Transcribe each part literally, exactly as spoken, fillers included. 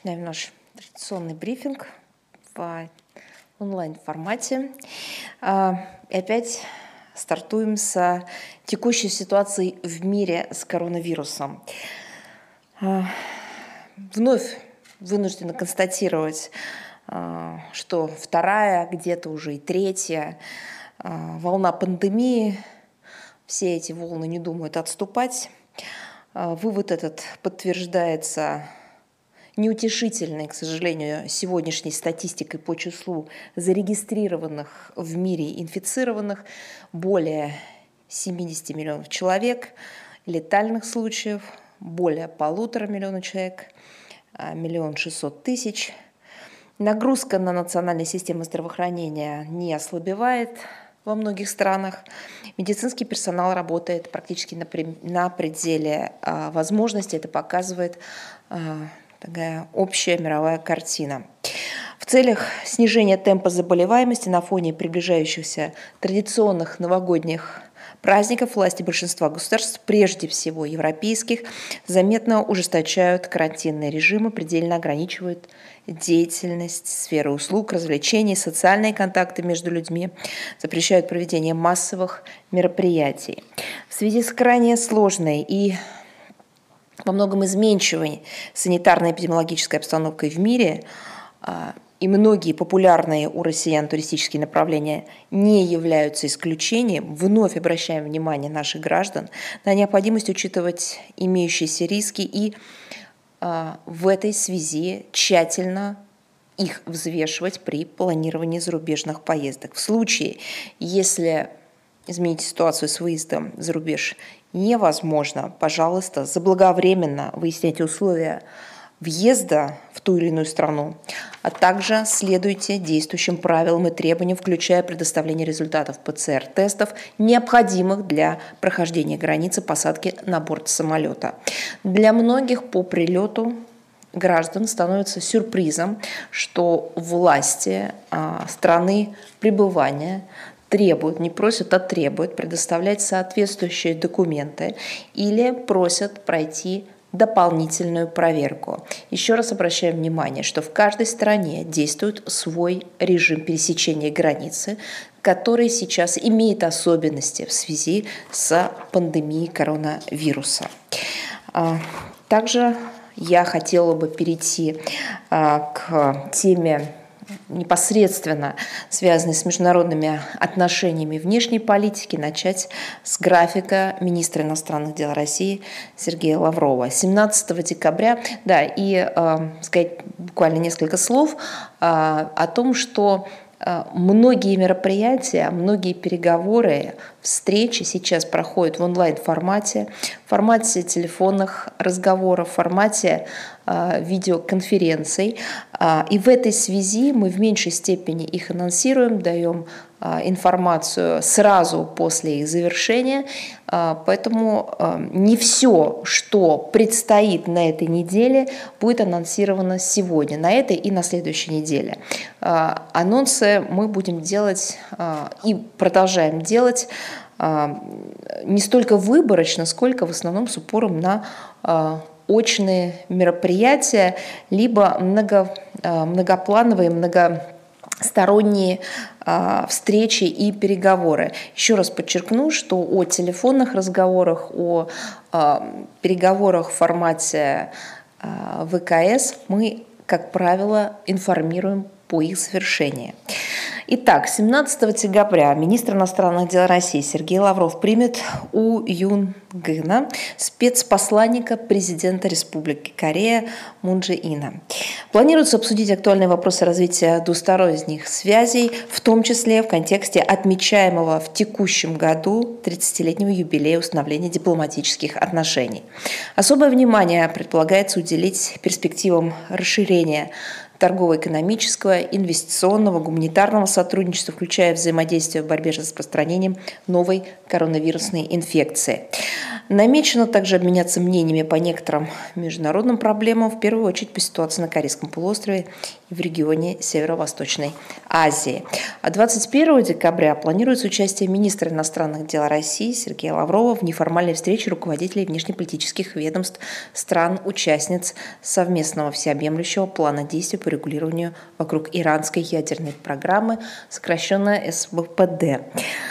Начинаем наш традиционный брифинг в онлайн-формате. И опять стартуем с текущей ситуации в мире с коронавирусом. Вновь вынуждена констатировать, что вторая, где-то уже и третья волна пандемии, все эти волны не думают отступать. Вывод этот подтверждается неутешительной, к сожалению, сегодняшней статистикой по числу зарегистрированных в мире инфицированных более семидесяти миллионов человек, летальных случаев более полутора миллиона человек, миллион шестьсот тысяч. Нагрузка на национальные системы здравоохранения не ослабевает во многих странах. Медицинский персонал работает практически на, на пределе а, возможностей. Это показывает а, такая общая мировая картина. В целях снижения темпа заболеваемости на фоне приближающихся традиционных новогодних праздников власти большинства государств, прежде всего европейских, заметно ужесточают карантинные режимы, предельно ограничивают деятельность сферы услуг, развлечений, социальные контакты между людьми, запрещают проведение массовых мероприятий. В связи с крайне сложной и во многом изменчивой санитарно-эпидемиологической обстановкой в мире и многие популярные у россиян туристические направления не являются исключением, вновь обращаем внимание наших граждан на необходимость учитывать имеющиеся риски и а, в этой связи тщательно их взвешивать при планировании зарубежных поездок. В случае, если изменить ситуацию с выездом за рубеж невозможно, пожалуйста, заблаговременно выясняйте условия въезда в ту или иную страну, а также следуйте действующим правилам и требованиям, включая предоставление результатов ПЦР-тестов, необходимых для прохождения границы посадки на борт самолета. Для многих по прилету граждан становится сюрпризом, что власти а, страны пребывания требуют, не просят, а требуют предоставлять соответствующие документы или просят пройти дополнительную проверку. Еще раз обращаем внимание, что в каждой стране действует свой режим пересечения границы, который сейчас имеет особенности в связи с пандемией коронавируса. Также я хотела бы перейти к теме, непосредственно связанной с международными отношениями внешней политики, начать с графика министра иностранных дел России Сергея Лаврова. семнадцатого декабря, да, и э, сказать буквально несколько слов э, о том, что э, многие мероприятия, многие переговоры, встречи сейчас проходят в онлайн-формате, в формате телефонных разговоров, в формате э, видеоконференций. Э, и в этой связи мы в меньшей степени их анонсируем, даем э, информацию сразу после их завершения. Э, поэтому э, не все, что предстоит на этой неделе, будет анонсировано сегодня, на этой и на следующей неделе. Э, анонсы мы будем делать э, и продолжаем делать не столько выборочно, сколько в основном с упором на очные мероприятия, либо много, многоплановые, многосторонние встречи и переговоры. Еще раз подчеркну, что о телефонных разговорах, о переговорах в формате ВКС мы, как правило, информируем по их завершении. Итак, семнадцатого декабря министр иностранных дел России Сергей Лавров примет У Юн Гына, спецпосланника президента Республики Корея Мун Чжэ Ина. Планируется обсудить актуальные вопросы развития двусторонних связей, в том числе в контексте отмечаемого в текущем году тридцатилетнего юбилея установления дипломатических отношений. Особое внимание предполагается уделить перспективам расширения торгово-экономического, инвестиционного, гуманитарного сотрудничества, включая взаимодействие в борьбе с распространением новой коронавирусной инфекции. Намечено также обменяться мнениями по некоторым международным проблемам, в первую очередь по ситуации на Корейском полуострове в регионе Северо-Восточной Азии. А двадцать первого декабря планируется участие министра иностранных дел России Сергея Лаврова в неформальной встрече руководителей внешнеполитических ведомств стран-участниц совместного всеобъемлющего плана действий по регулированию вокруг иранской ядерной программы, сокращенно эс вэ пэ дэ.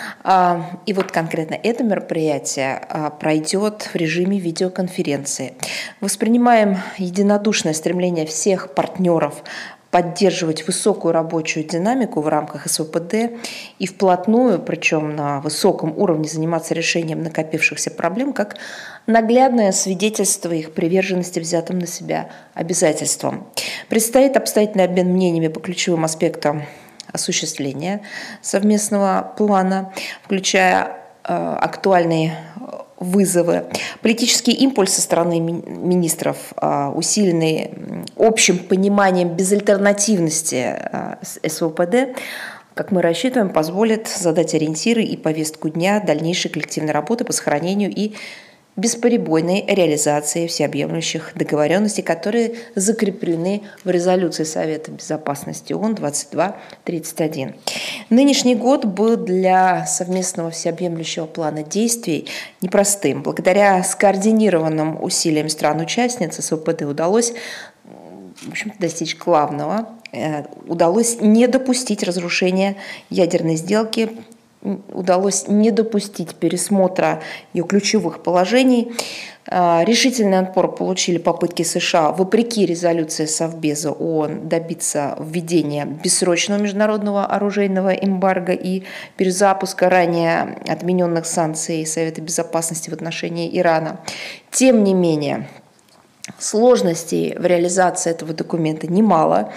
И вот конкретно это мероприятие пройдет в режиме видеоконференции. Воспринимаем единодушное стремление всех партнеров поддерживать высокую рабочую динамику в рамках эс вэ пэ дэ и вплотную, причем на высоком уровне, заниматься решением накопившихся проблем, как наглядное свидетельство их приверженности взятым на себя обязательствам. Предстоит обстоятельный обмен мнениями по ключевым аспектам осуществления совместного плана, включая э, актуальные вызовы. Политический импульс со стороны министров, усиленный общим пониманием безальтернативности эс вэ пэ дэ, как мы рассчитываем, позволит задать ориентиры и повестку дня дальнейшей коллективной работы по сохранению и бесперебойной реализации всеобъемлющих договоренностей, которые закреплены в резолюции Совета Безопасности ООН двадцать два тридцать один. Нынешний год был для совместного всеобъемлющего плана действий непростым. Благодаря скоординированным усилиям стран-участниц эс вэ пэ дэ удалось, в общем-то, достичь главного. Удалось не допустить разрушения ядерной сделки, удалось не допустить пересмотра ее ключевых положений. Решительный отпор получили попытки США, вопреки резолюции Совбеза ООН, добиться введения бессрочного международного оружейного эмбарго и перезапуска ранее отмененных санкций Совета Безопасности в отношении Ирана. Тем не менее, сложностей в реализации этого документа немало.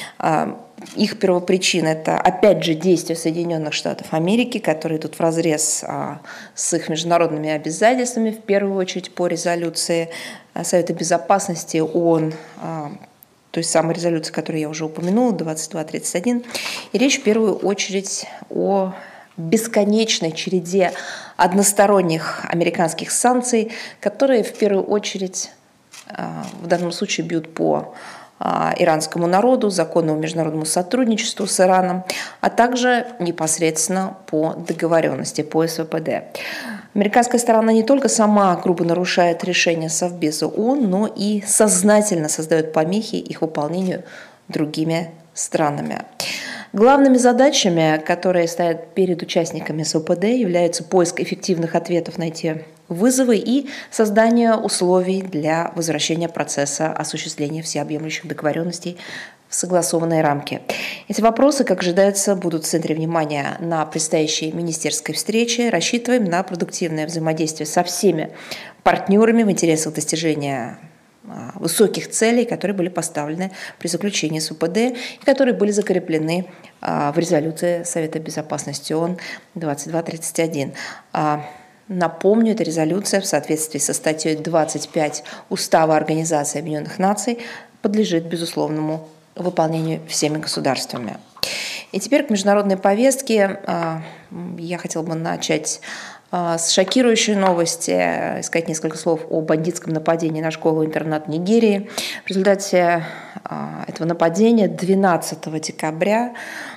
Их первопричина – это, опять же, действия Соединенных Штатов Америки, которые идут вразрез а, с их международными обязательствами, в первую очередь по резолюции Совета Безопасности ООН, а, той самой резолюции, которую я уже упомянула, двадцать два тридцать один. И речь в первую очередь о бесконечной череде односторонних американских санкций, которые в первую очередь а, в данном случае бьют по иранскому народу, законному международному сотрудничеству с Ираном, а также непосредственно по договоренности, по эс вэ пэ дэ. Американская сторона не только сама грубо нарушает решения Совбеза ООН, но и сознательно создает помехи их выполнению другими странами. Главными задачами, которые стоят перед участниками эс вэ пэ дэ, являются поиск эффективных ответов на эти вызовы и создание условий для возвращения процесса осуществления всеобъемлющих договоренностей в согласованные рамки. Эти вопросы, как ожидается, будут в центре внимания на предстоящей министерской встрече. Рассчитываем на продуктивное взаимодействие со всеми партнерами в интересах достижения высоких целей, которые были поставлены при заключении эс вэ пэ дэ и которые были закреплены в резолюции Совета Безопасности ООН двадцать два тридцать один. Напомню, эта резолюция в соответствии со статьей двадцать пять Устава Организации Объединенных Наций подлежит безусловному выполнению всеми государствами. И теперь к международной повестке. Я хотела бы начать с шокирующей новости, сказать несколько слов о бандитском нападении на школу-интернат в Нигерии. В результате этого нападения двенадцатого декабря,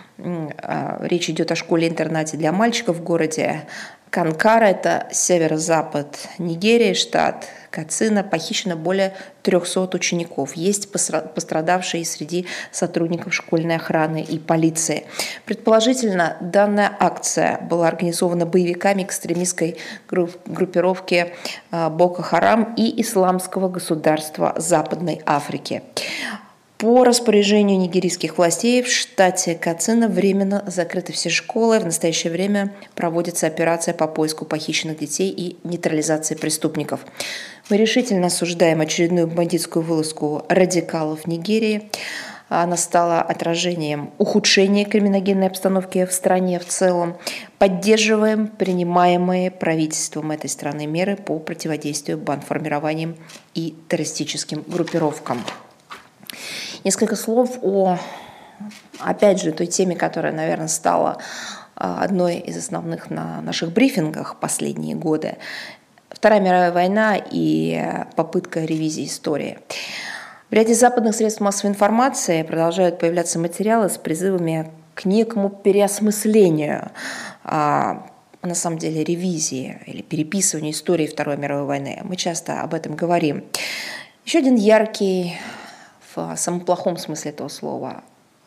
речь идет о школе-интернате для мальчиков в городе Канкара, это северо-запад Нигерии, штат Кацина, похищено более трехсот учеников. Есть пострадавшие среди сотрудников школьной охраны и полиции. Предположительно, данная акция была организована боевиками экстремистской группировки Боко Харам и Исламского государства Западной Африки. По распоряжению нигерийских властей в штате Кацина временно закрыты все школы. В настоящее время проводится операция по поиску похищенных детей и нейтрализации преступников. Мы решительно осуждаем очередную бандитскую вылазку радикалов в Нигерии. Она стала отражением ухудшения криминогенной обстановки в стране в целом. Поддерживаем принимаемые правительством этой страны меры по противодействию бандформированиям и террористическим группировкам. Несколько слов о, опять же, той теме, которая, наверное, стала одной из основных на наших брифингах последние годы. Вторая мировая война и попытка ревизии истории. В ряде западных средств массовой информации продолжают появляться материалы с призывами к некому переосмыслению, а, на самом деле ревизии или переписыванию истории Второй мировой войны. Мы часто об этом говорим. Еще один яркий, в самом плохом смысле этого слова,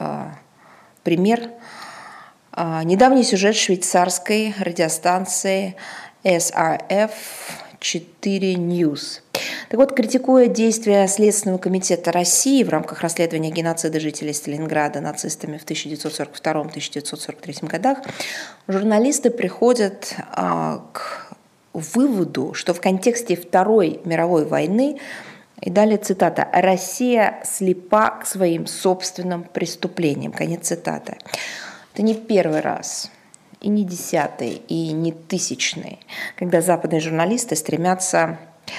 пример. Недавний сюжет швейцарской радиостанции эс ар эф четыре News. Так вот, критикуя действия Следственного комитета России в рамках расследования геноцида жителей Сталинграда нацистами в тысяча девятьсот сорок втором — тысяча девятьсот сорок третьем годах, журналисты приходят а, к выводу, что в контексте Второй мировой войны, и далее цитата, «Россия слепа к своим собственным преступлениям». Конец цитаты. Это не первый раз, и не десятый, и не тысячный, когда западные журналисты стремятся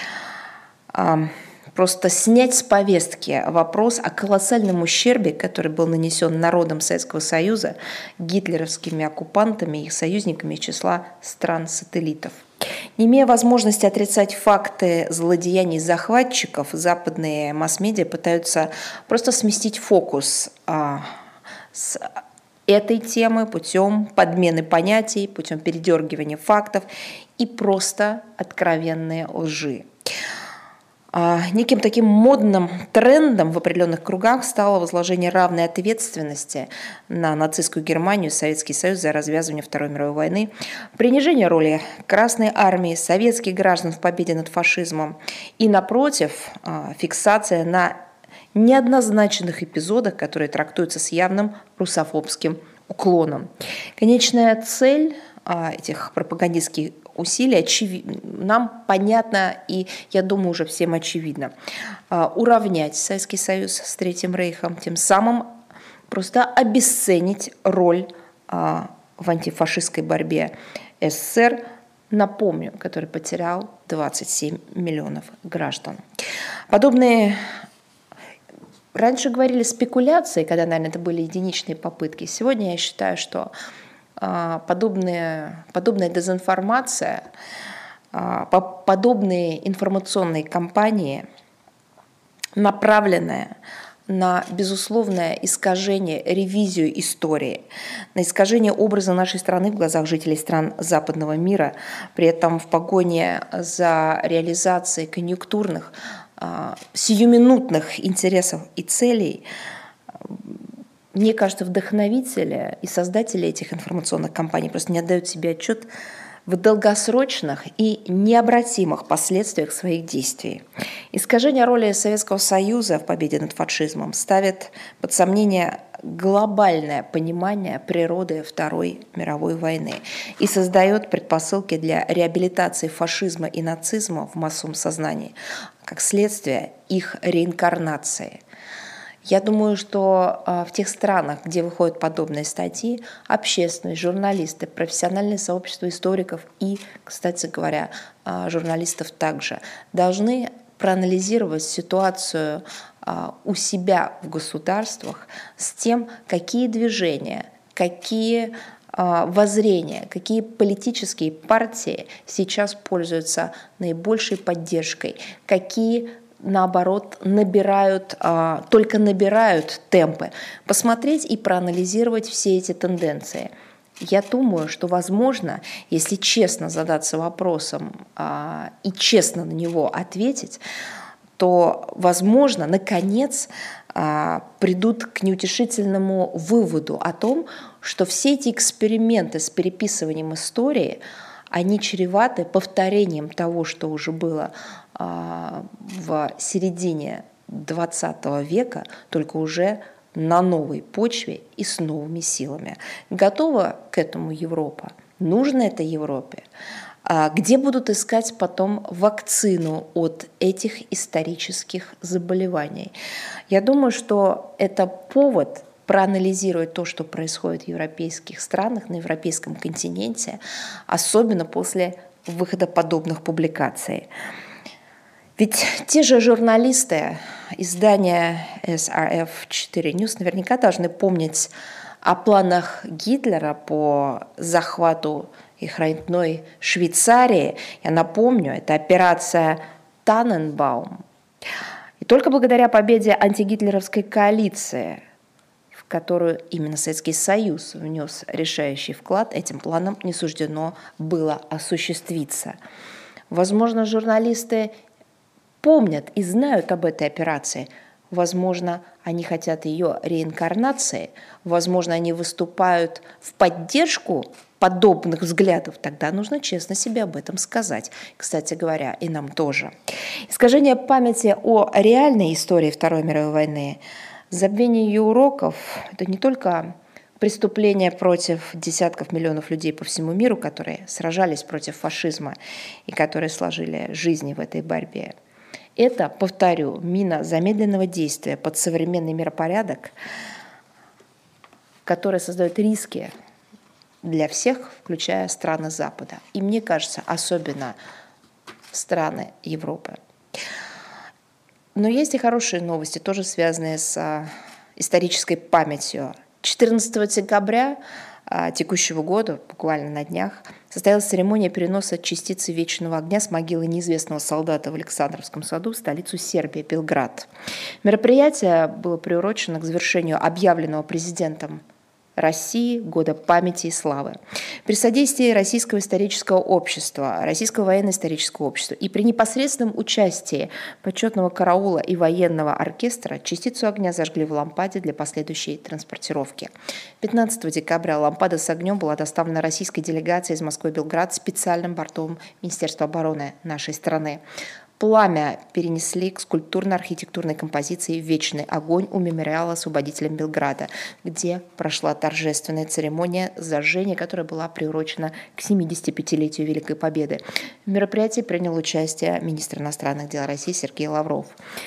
а, просто снять с повестки вопрос о колоссальном ущербе, который был нанесен народам Советского Союза гитлеровскими оккупантами и их союзниками из числа стран-сателлитов. Не имея возможности отрицать факты злодеяний захватчиков, западные масс-медиа пытаются просто сместить фокус а, с этой темы путем подмены понятий, путем передергивания фактов и просто откровенной лжи. Неким таким модным трендом в определенных кругах стало возложение равной ответственности на нацистскую Германию и Советский Союз за развязывание Второй мировой войны, принижение роли Красной армии, советских граждан в победе над фашизмом и, напротив, фиксация на неоднозначных эпизодах, которые трактуются с явным русофобским уклоном. Конечная цель этих пропагандистских усилий очевидна, нам понятно и, я думаю, уже всем очевидно. Уравнять Советский Союз с Третьим Рейхом, тем самым просто обесценить роль в антифашистской борьбе эс эс эс эр, напомню, который потерял двадцать семь миллионов граждан. Подобные Раньше говорили спекуляции, когда, наверное, это были единичные попытки. Сегодня я считаю, что подобная, подобная дезинформация, подобные информационные кампании, направленные на безусловное искажение, ревизию истории, на искажение образа нашей страны в глазах жителей стран западного мира, при этом в погоне за реализацией конъюнктурных, сиюминутных интересов и целей, мне кажется, вдохновители и создатели этих информационных кампаний просто не отдают себе отчет в долгосрочных и необратимых последствиях своих действий. Искажение роли Советского Союза в победе над фашизмом ставит под сомнение глобальное понимание природы Второй мировой войны и создает предпосылки для реабилитации фашизма и нацизма в массовом сознании, как следствие их реинкарнации. Я думаю, что в тех странах, где выходят подобные статьи, общественность, журналисты, профессиональное сообщество историков и, кстати говоря, журналистов также должны проанализировать ситуацию у себя в государствах с тем, какие движения, какие воззрения, какие политические партии сейчас пользуются наибольшей поддержкой, какие наоборот, набирают, только набирают темпы. Посмотреть и проанализировать все эти тенденции. Я думаю, что, возможно, если честно задаться вопросом и честно на него ответить, то, возможно, наконец придут к неутешительному выводу о том, что все эти эксперименты с переписыванием истории, они чреваты повторением того, что уже было в середине двадцатого века, только уже на новой почве и с новыми силами. Готова к этому Европа? Нужно это Европе? Где будут искать потом вакцину от этих исторических заболеваний? Я думаю, что это повод проанализировать то, что происходит в европейских странах, на европейском континенте, особенно после выхода подобных публикаций. Ведь те же журналисты издания эс ар эф четыре News наверняка должны помнить о планах Гитлера по захвату их родной Швейцарии. Я напомню, это операция Таненбаум. И только благодаря победе антигитлеровской коалиции, в которую именно Советский Союз внес решающий вклад, этим планам не суждено было осуществиться. Возможно, журналисты помнят и знают об этой операции. Возможно, они хотят ее реинкарнации. Возможно, они выступают в поддержку подобных взглядов. Тогда нужно честно себе об этом сказать. Кстати говоря, и нам тоже. Искажение памяти о реальной истории Второй мировой войны, забвение ее уроков – это не только преступления против десятков миллионов людей по всему миру, которые сражались против фашизма и которые сложили жизни в этой борьбе. Это, повторю, мина замедленного действия под современный миропорядок, который создает риски для всех, включая страны Запада. И мне кажется, особенно страны Европы. Но есть и хорошие новости, тоже связанные с исторической памятью. четырнадцатого декабря текущего года, буквально на днях, состоялась церемония переноса частицы вечного огня с могилы неизвестного солдата в Александровском саду в столицу Сербии, Белград. Мероприятие было приурочено к завершению объявленного президентом России года памяти и славы. При содействии Российского исторического общества, Российского военно-исторического общества и при непосредственном участии почетного караула и военного оркестра частицу огня зажгли в лампаде для последующей транспортировки. пятнадцатого декабря лампада с огнем была доставлена российской делегацией из Москвы в Белград специальным бортом Министерства обороны нашей страны. Пламя перенесли к скульптурно-архитектурной композиции «Вечный огонь» у мемориала освободителям Белграда, где прошла торжественная церемония зажжения, которая была приурочена к семидесятипятилетию Великой Победы. В мероприятии принял участие министр иностранных дел России Сергей Лавров.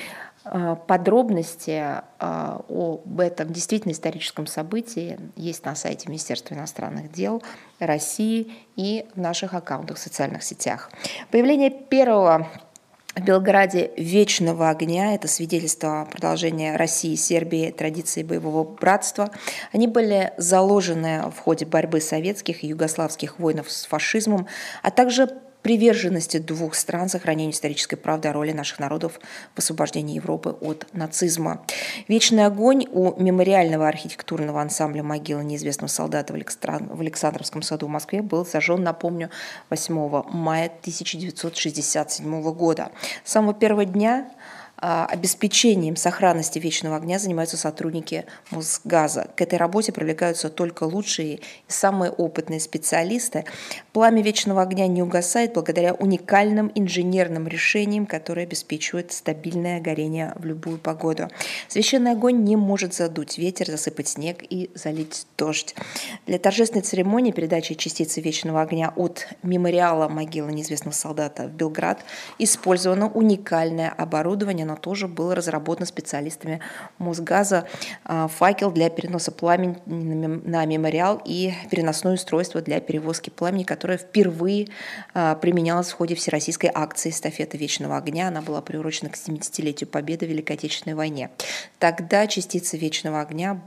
Подробности об этом действительно историческом событии есть на сайте Министерства иностранных дел России и в наших аккаунтах в социальных сетях. Появление первого в Белграде вечного огня – это свидетельство продолжения России и Сербии традиции боевого братства. Они были заложены в ходе борьбы советских и югославских воинов с фашизмом, а также приверженности двух стран сохранению исторической правды о роли наших народов в освобождении Европы от нацизма. Вечный огонь у мемориального архитектурного ансамбля могилы неизвестного солдата в Александровском саду в Москве был зажжен, напомню, восьмого мая тысяча девятьсот шестьдесят седьмого года. С самого первого дня обеспечением сохранности вечного огня занимаются сотрудники Мосгаза. К этой работе привлекаются только лучшие и самые опытные специалисты. Пламя вечного огня не угасает благодаря уникальным инженерным решениям, которые обеспечивают стабильное горение в любую погоду. Священный огонь не может задуть ветер, засыпать снег и залить дождь. Для торжественной церемонии передачи частицы вечного огня от мемориала могилы неизвестного солдата в Белград использовано уникальное оборудование. Оно тоже было разработано специалистами Мосгаза. Факел для переноса пламени на мемориал и переносное устройство для перевозки пламени, которое впервые применялось в ходе всероссийской акции «Эстафета вечного огня». Она была приурочена к семидесятилетию Победы в Великой Отечественной войне. Тогда частицы вечного огня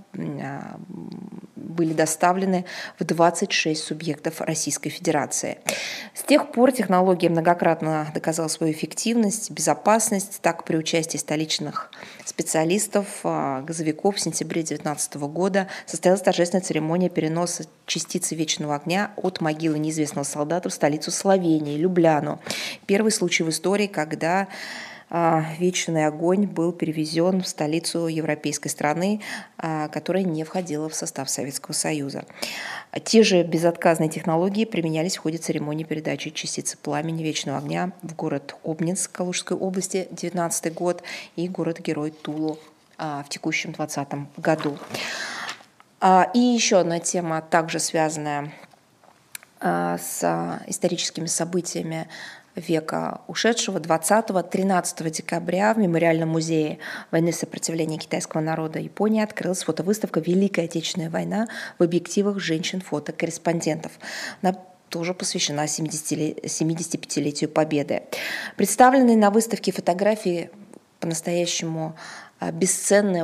были доставлены в двадцать шесть субъектов Российской Федерации. С тех пор технология многократно доказала свою эффективность, безопасность. Так, при участии столичных специалистов, газовиков в сентябре две тысячи девятнадцатого года состоялась торжественная церемония переноса частицы вечного огня от могилы неизвестного солдата в столицу Словении, Любляну. Первый случай в истории, когда вечный огонь был перевезен в столицу европейской страны, которая не входила в состав Советского Союза. Те же безотказные технологии применялись в ходе церемонии передачи частицы пламени вечного огня в город Обнинск Калужской области, две тысячи девятнадцатый год, и город-герой Тулу в текущем двадцатом году. И еще одна тема, также связанная с историческими событиями века ушедшего, двадцатого-тринадцатого декабря в Мемориальном музее войны сопротивления китайского народа Японии открылась фотовыставка «Великая Отечественная война» в объективах женщин-фотокорреспондентов. Она тоже посвящена семидесятипятилетию Победы. Представленные на выставке фотографии по-настоящему бесценные,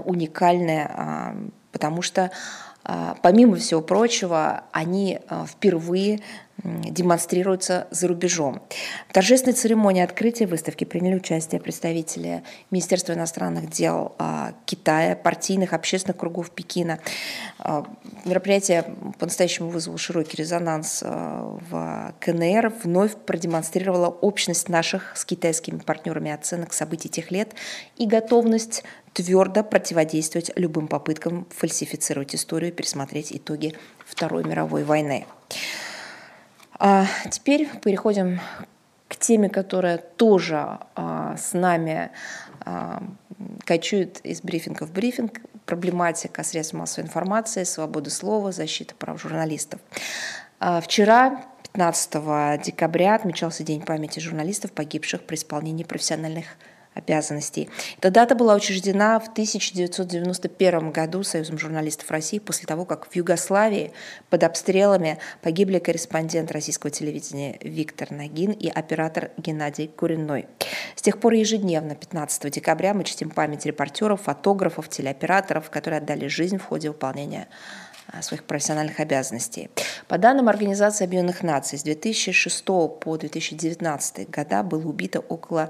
уникальные, потому что, помимо всего прочего, они впервые демонстрируются за рубежом. В торжественной церемонии открытия выставки приняли участие представители Министерства иностранных дел Китая, партийных, общественных кругов Пекина. Мероприятие по-настоящему вызвало широкий резонанс в КНР, вновь продемонстрировало общность наших с китайскими партнерами оценок событий тех лет и готовность твердо противодействовать любым попыткам фальсифицировать историю и пересмотреть итоги Второй мировой войны. А теперь переходим к теме, которая тоже а, с нами а, кочует из брифинга в брифинг. Проблематика средств массовой информации, свобода слова, защита прав журналистов. А, вчера, пятнадцатого декабря, отмечался День памяти журналистов, погибших при исполнении профессиональных обязанностей. Эта дата была учреждена в тысяча девятьсот девяносто первом году Союзом журналистов России после того, как в Югославии под обстрелами погибли корреспондент российского телевидения Виктор Нагин и оператор Геннадий Куренной. С тех пор ежедневно, пятнадцатого декабря, мы чтим память репортеров, фотографов, телеоператоров, которые отдали жизнь в ходе выполнения своих профессиональных обязанностей. По данным Организации Объединенных Наций, с две тысячи шестого по две тысячи девятнадцатый года было убито около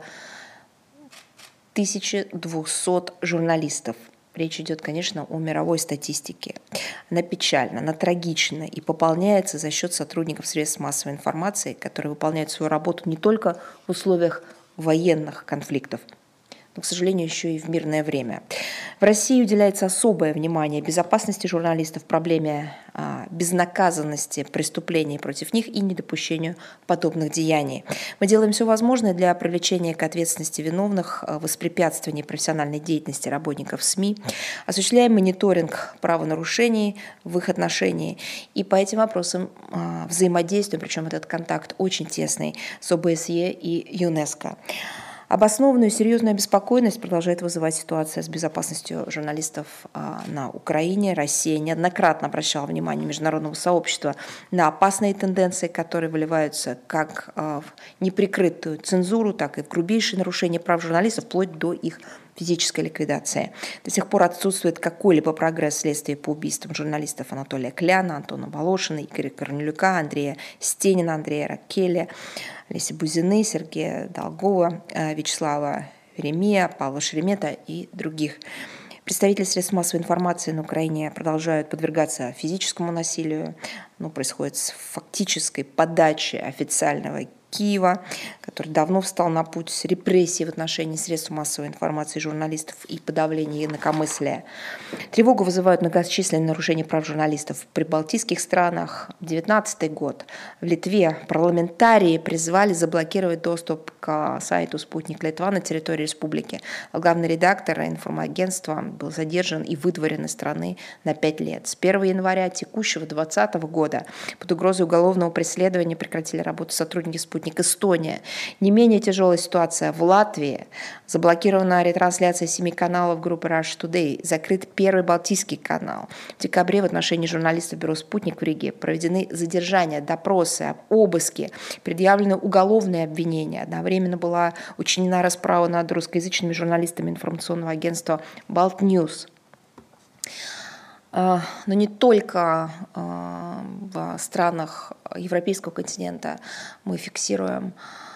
тысяча двести журналистов. Речь идет, конечно, о мировой статистике. Она печальна, она трагична и пополняется за счет сотрудников средств массовой информации, которые выполняют свою работу не только в условиях военных конфликтов, но, к сожалению, еще и в мирное время. В России уделяется особое внимание безопасности журналистов, проблеме а, безнаказанности преступлений против них и недопущению подобных деяний. Мы делаем все возможное для привлечения к ответственности виновных, воспрепятствования профессиональной деятельности работников СМИ, осуществляем мониторинг правонарушений в их отношении и по этим вопросам а, взаимодействуем, причем этот контакт очень тесный, с ОБСЕ и ЮНЕСКО. Обоснованную и серьезную обеспокоенность продолжает вызывать ситуация с безопасностью журналистов на Украине. Россия неоднократно обращала внимание международного сообщества на опасные тенденции, которые выливаются как в неприкрытую цензуру, так и в грубейшие нарушения прав журналистов, вплоть до их физической ликвидации. До сих пор отсутствует какой-либо прогресс следствия по убийствам журналистов Анатолия Кляна, Антона Волошина, Игоря Корнелюка, Андрея Стенина, Андрея Раккеля, Олеси Бузины, Сергея Долгова, Вячеслава Веремея, Павла Шеремета и других. Представители средств массовой информации на Украине продолжают подвергаться физическому насилию. Оно происходит с фактической подачи официального Киева, который давно встал на путь репрессий в отношении средств массовой информации, журналистов и подавления инакомыслия. Тревогу вызывают многочисленные нарушения прав журналистов в прибалтийских странах. В две тысячи девятнадцатый год в Литве парламентарии призвали заблокировать доступ к сайту «Спутник Литва» на территории республики. Главный редактор информагентства был задержан и выдворен из страны на пять лет. С первого января текущего двадцатого года под угрозой уголовного преследования прекратили работу сотрудники «Спутника Эстония». Не менее тяжелая ситуация в Латвии. Заблокирована ретрансляция семи каналов группы Russia Today. Закрыт первый Балтийский канал. В декабре в отношении журналистов бюро «Спутник» в Риге проведены задержания, допросы, обыски, предъявлены уголовные обвинения. Одновременно была учинена расправа над русскоязычными журналистами информационного агентства «Балтньюз». Но не только в странах европейского континента мы фиксируем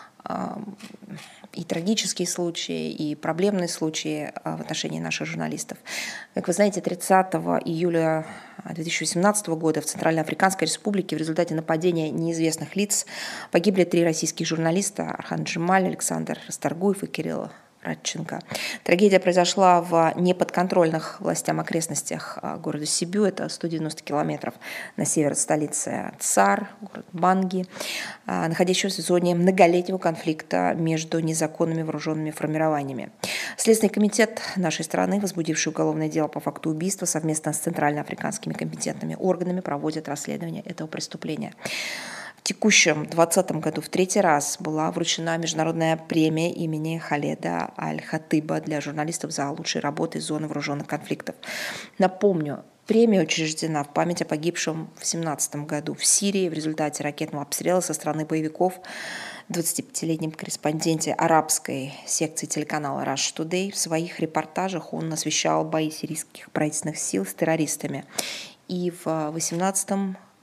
и трагические случаи, и проблемные случаи в отношении наших журналистов. Как вы знаете, тридцатого июля две тысячи восемнадцатого года в Центральноафриканской Республике в результате нападения неизвестных лиц погибли три российских журналиста: Архан Джемаль, Александр Расторгуев и Кирилл Радченко. Трагедия произошла в неподконтрольных властям окрестностях города Сибю, это сто девяносто километров на север от столицы Цар, город Банги, находящегося в зоне многолетнего конфликта между незаконными вооруженными формированиями. Следственный комитет нашей страны, возбудивший уголовное дело по факту убийства, совместно с центральноафриканскими компетентными органами проводит расследование этого преступления. В текущем двадцатом году в третий раз была вручена международная премия имени Халеда Аль-Хатыба для журналистов за лучшие работы из зоны вооруженных конфликтов. Напомню, премия учреждена в память о погибшем в две тысячи семнадцатом году в Сирии в результате ракетного обстрела со стороны боевиков двадцатипятилетнем корреспонденте арабской секции телеканала Russia Today. В своих репортажах он освещал бои сирийских правительственных сил с террористами. И в две тысячи восемнадцатом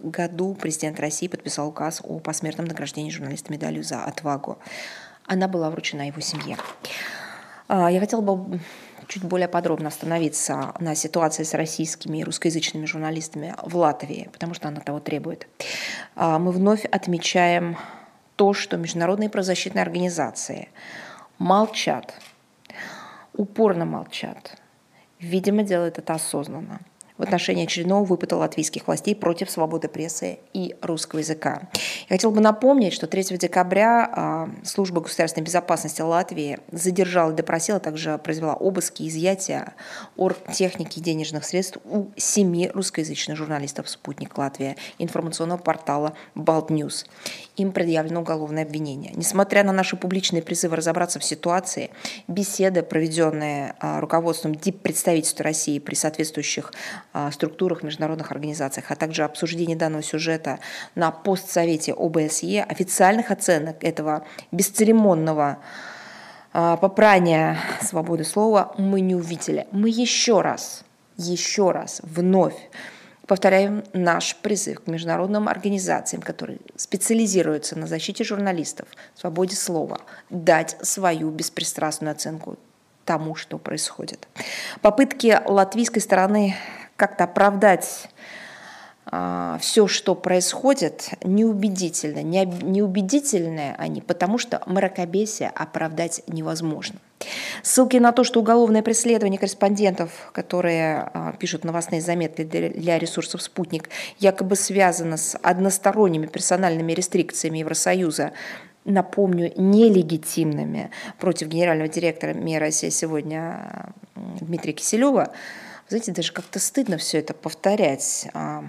году президент России подписал указ о посмертном награждении журналиста медалью за отвагу. Она была вручена его семье. Я хотела бы чуть более подробно остановиться на ситуации с российскими и русскоязычными журналистами в Латвии, потому что она того требует. Мы вновь отмечаем то, что международные правозащитные организации молчат, упорно молчат. Видимо, делают это осознанно в отношении очередного выпада латвийских властей против свободы прессы и русского языка. Я хотела бы напомнить, что третьего декабря Служба государственной безопасности Латвии задержала и допросила, также произвела обыски, изъятия оргтехники и денежных средств у семи русскоязычных журналистов «Спутник Латвия» информационного портала «Балт-Ньюс». Им предъявлено уголовное обвинение. Несмотря на наши публичные призывы разобраться в ситуации, беседы, проведенные руководством диппредставительства России при соответствующих структурах, международных организациях, а также обсуждение данного сюжета на постсовете о бэ эс е, официальных оценок этого бесцеремонного попрания свободы слова мы не увидели. Мы еще раз, еще раз, вновь повторяем наш призыв к международным организациям, которые специализируются на защите журналистов, свободе слова, дать свою беспристрастную оценку тому, что происходит. Попытки латвийской стороны как-то оправдать а, все, что происходит, неубедительно. Не, неубедительные они, потому что мракобесие оправдать невозможно. Ссылки на то, что уголовное преследование корреспондентов, которые а, пишут новостные заметки для, для ресурсов «Спутник», якобы связано с односторонними персональными рестрикциями Евросоюза, напомню, нелегитимными против генерального директора МИА «Россия сегодня» Дмитрия Киселева. Знаете, даже как-то стыдно все это повторять.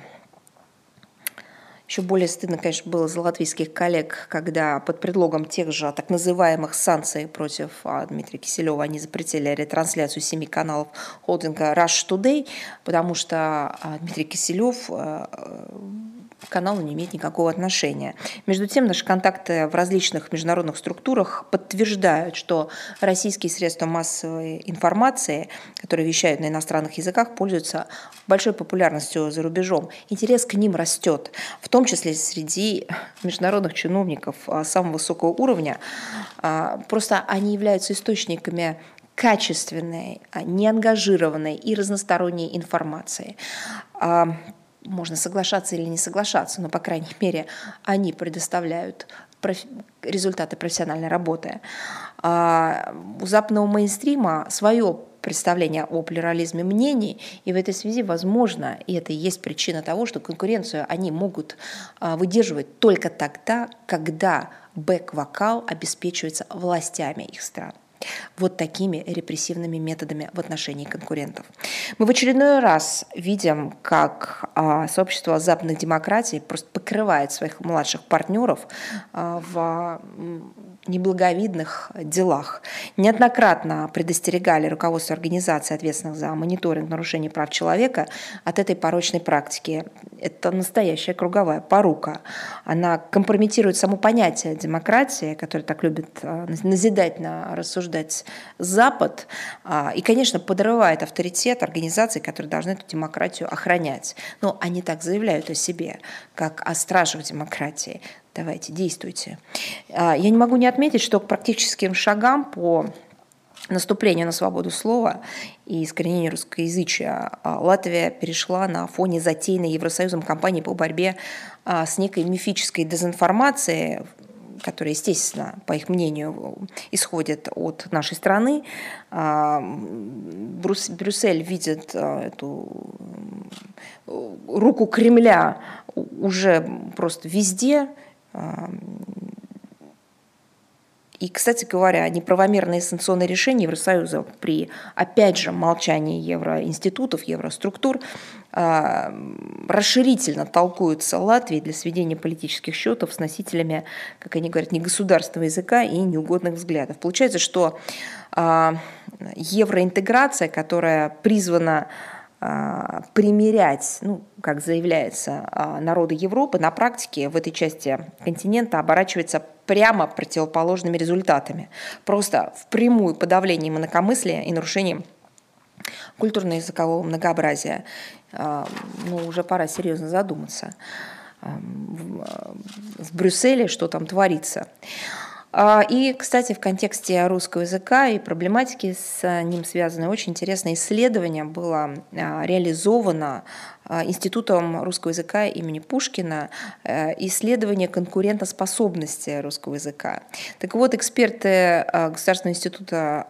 Еще более стыдно, конечно, было за латвийских коллег, когда под предлогом тех же так называемых санкций против Дмитрия Киселева они запретили ретрансляцию семи каналов холдинга Rush Today, потому что Дмитрий Киселев к каналу не имеет никакого отношения. Между тем, наши контакты в различных международных структурах подтверждают, что российские средства массовой информации, которые вещают на иностранных языках, пользуются большой популярностью за рубежом. Интерес к ним растет, в том числе среди международных чиновников самого высокого уровня. Просто они являются источниками качественной, неангажированной и разносторонней информации. Можно соглашаться или не соглашаться, но, по крайней мере, они предоставляют профи- результаты профессиональной работы. А у западного мейнстрима свое представление о плюрализме мнений, и в этой связи, возможно, и это и есть причина того, что конкуренцию они могут выдерживать только тогда, когда бэк-вокал обеспечивается властями их стран. Вот такими репрессивными методами в отношении конкурентов. Мы в очередной раз видим, как а, сообщество западных демократий просто покрывает своих младших партнеров а, в неблаговидных делах. Неоднократно предостерегали руководство организаций, ответственных за мониторинг нарушений прав человека, от этой порочной практики. Это настоящая круговая порука. Она компрометирует само понятие демократии, которое так любит назидательно рассуждать Запад, и, конечно, подрывает авторитет организаций, которые должны эту демократию охранять. Но они так заявляют о себе, как о стражах демократии. Давайте, действуйте. Я не могу не отметить, что к практическим шагам по наступлению на свободу слова и искоренению русскоязычия Латвия перешла на фоне затеянной Евросоюзом кампании по борьбе с некой мифической дезинформацией, которая, естественно, по их мнению, исходит от нашей страны. Брюссель видит эту руку Кремля уже просто везде. И, кстати говоря, неправомерные санкционные решения Евросоюза при, опять же, молчании евроинститутов, евроструктур расширительно толкуются Латвии для сведения политических счетов с носителями, как они говорят, негосударственного языка и неугодных взглядов. Получается, что евроинтеграция, которая призвана примирять, ну, как заявляется, народы Европы, на практике в этой части континента оборачивается прямо противоположными результатами. Просто впрямую подавлением инакомыслия и нарушением культурно-языкового многообразия. Ну, уже пора серьезно задуматься. в Брюсселе, что там творится. И, кстати, в контексте русского языка и проблематики с ним связанное очень интересное исследование было реализовано Институтом русского языка имени Пушкина, исследование конкурентоспособности русского языка. Так вот, эксперты Государственного института,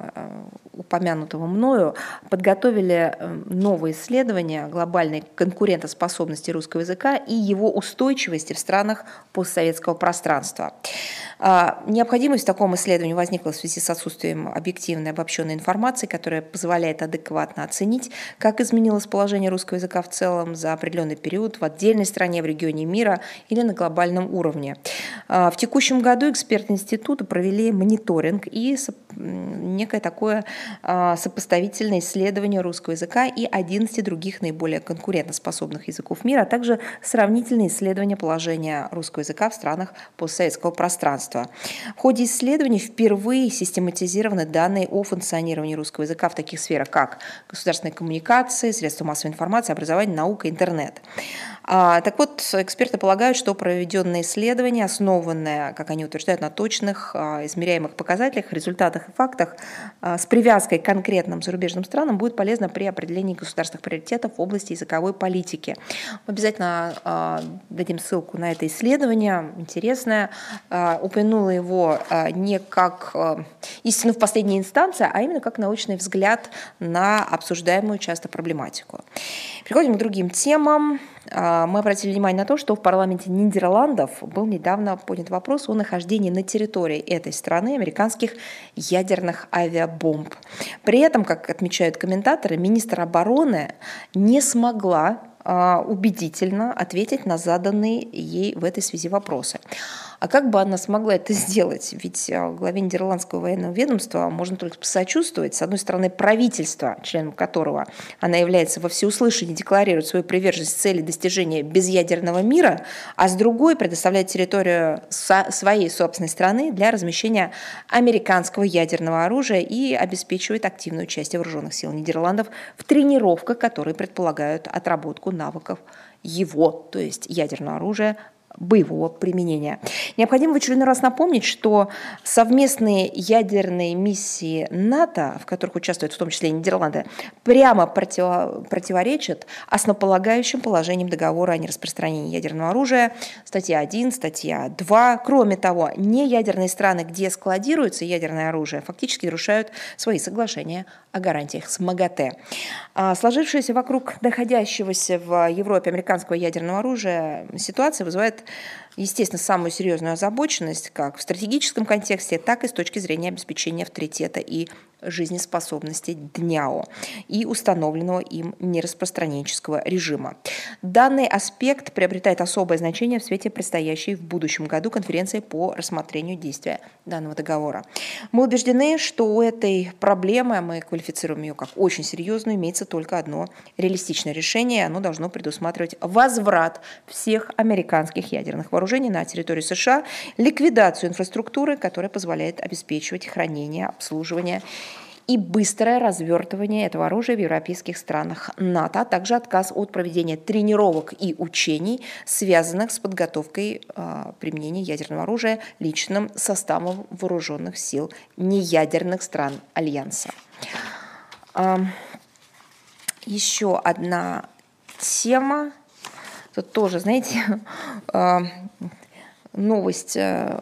упомянутого мною, подготовили новое исследование глобальной конкурентоспособности русского языка и его устойчивости в странах постсоветского пространства. Необходимость в таком исследовании возникла в связи с отсутствием объективной обобщенной информации, которая позволяет адекватно оценить, как изменилось положение русского языка в целом за определенный период в отдельной стране, в регионе мира или на глобальном уровне. В текущем году эксперты института провели мониторинг и некое такое сопоставительное исследование русского языка и одиннадцати других наиболее конкурентоспособных языков мира, а также сравнительное исследование положения русского языка в странах постсоветского пространства. В ходе исследований впервые систематизированы данные о функционировании русского языка в таких сферах, как государственные коммуникации, средства массовой информации, образование, наука, интернет. А, так вот, эксперты полагают, что проведенное исследование, основанное, как они утверждают, на точных, а, измеряемых показателях, результатах и фактах, а, с привязкой к конкретным зарубежным странам, будет полезно при определении государственных приоритетов в области языковой политики. Мы обязательно а, дадим ссылку на это исследование, интересное. А, упомянула его а, не как а, истину в последней инстанции, а именно как научный взгляд на обсуждаемую часто проблематику. Переходим к другим темам. Мы обратили внимание на то, что в парламенте Нидерландов был недавно поднят вопрос о нахождении на территории этой страны американских ядерных авиабомб. При этом, как отмечают комментаторы, министр обороны не смогла убедительно ответить на заданные ей в этой связи вопросы. А как бы она смогла это сделать? Ведь главе Нидерландского военного ведомства можно только посочувствовать. С одной стороны, правительство, членом которого она является, во всеуслышание декларирует свою приверженность цели достижения безъядерного мира, а с другой предоставляет территорию своей собственной страны для размещения американского ядерного оружия и обеспечивает активное участие вооруженных сил Нидерландов в тренировках, которые предполагают отработку навыков его, то есть ядерного оружия, боевого применения. Необходимо в очередной раз напомнить, что совместные ядерные миссии НАТО, в которых участвуют в том числе и Нидерланды, прямо против, противоречат основополагающим положениям договора о нераспространении ядерного оружия, статья один, статья два. Кроме того, неядерные страны, где складируется ядерное оружие, фактически нарушают свои соглашения о гарантиях с МАГАТЭ. Сложившаяся вокруг находящегося в Европе американского ядерного оружия ситуация вызывает, естественно, самую серьезную озабоченность как в стратегическом контексте, так и с точки зрения обеспечения авторитета и жизнеспособности ДНЯО и установленного им нераспространенческого режима. Данный аспект приобретает особое значение в свете предстоящей в будущем году конференции по рассмотрению действия данного договора. Мы убеждены, что у этой проблемы, мы квалифицируем ее как очень серьезную, имеется только одно реалистичное решение. Оно должно предусматривать возврат всех американских ядерных вооружений на территорию США, ликвидацию инфраструктуры, которая позволяет обеспечивать хранение, обслуживание и быстрое развертывание этого оружия в европейских странах НАТО, а также отказ от проведения тренировок и учений, связанных с подготовкой э, применения ядерного оружия личным составом вооруженных сил неядерных стран Альянса. Э, еще одна тема. Тут тоже, знаете, э, новость э,